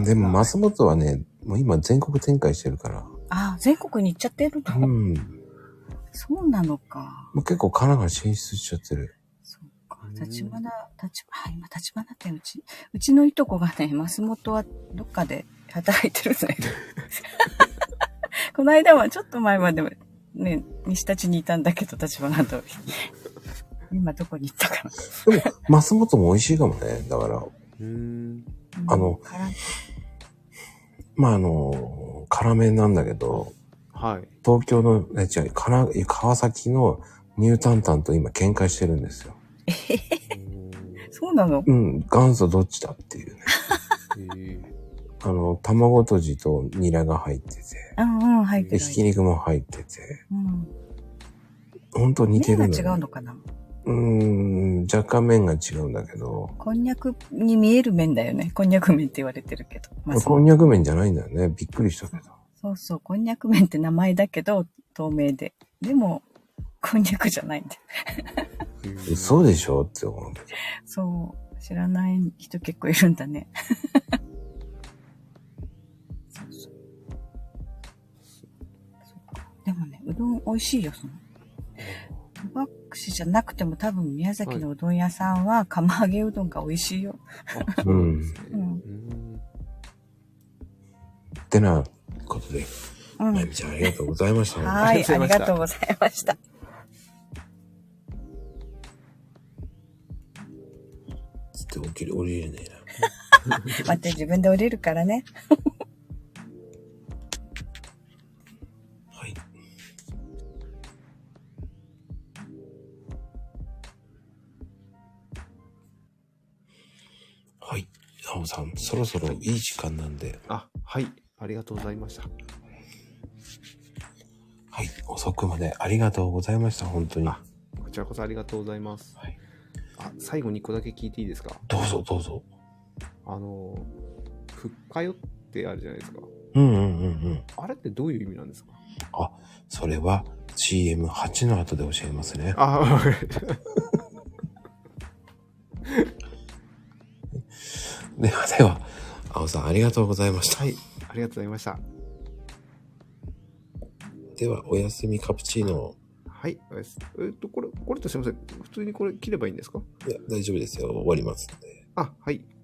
でも増本はね、もう今全国展開してるから。 ああ、全国に行っちゃってるの？ うん。 そうなのか。 もう結構神奈川進出しちゃってる。 そうか。立花、立花、今立花ってうち、うちのいとこがね、増本はどっかで働いてるんだよ。この間はちょっと前までね、西立にいたんだけど、立花通り。今どこに行ったかな。 でも、増本も美味しいかもね。だから、 うん、 あの、まあ、あの、辛麺なんだけど、 はい。 東京の、え、違う、川崎のニュータンタンと今喧嘩してるんですよ。 えへへ。そうなの？ うん、元祖どっちだっていうね。あの、卵とじとニラが入ってて。 うんうん、入ってる。 ひき肉も入ってて。 うん。 本当似てるの。 麺が違うのかな？ うーん、若干麺が違うんだけど。 こんにゃくに見える麺だよね。こんにゃく麺って言われてるけど。 まあ、こんにゃく麺じゃないんだよね。びっくりしたけど。 そうそう、こんにゃく麺って名前だけど、透明で。でも、こんにゃくじゃないんだよ。 嘘でしょって思うけど。 そう、知らない人結構いるんだね。そうそう。でもね、うどん美味しいよ、その。戸隠じゃなくても多分宮崎のうどん屋さんは釜揚げうどんが美味しいよ。 うん。うん。ってなことで、まゆみちゃんありがとうございました。 はい、ありがとうございました。 つって起きる、降りれねえな。待って、自分で降りるからね。 はい。はい。なおさん、そろそろいい時間なんで。 あ、はい。ありがとうございました。 はい。遅くまでありがとうございました。本当に。 あ、こちらこそありがとうございます。はい。あ、最後に一個だけ聞いていいですか？ どうぞどうぞ。 あの、ふっかよってあるじゃないですか。 うんうんうんうん。 あれってどういう意味なんですか？ あ、それは シーエムはち の後で教えますね。 あ、わかりました。 ではでは、青さんありがとうございました。 はい、ありがとうございました。 では、おやすみカプチーノ。 はい、えっと、これ、これとすみません。普通にこれ切ればいいんですか？ いや、大丈夫ですよ。終わりますので。 あ、はい。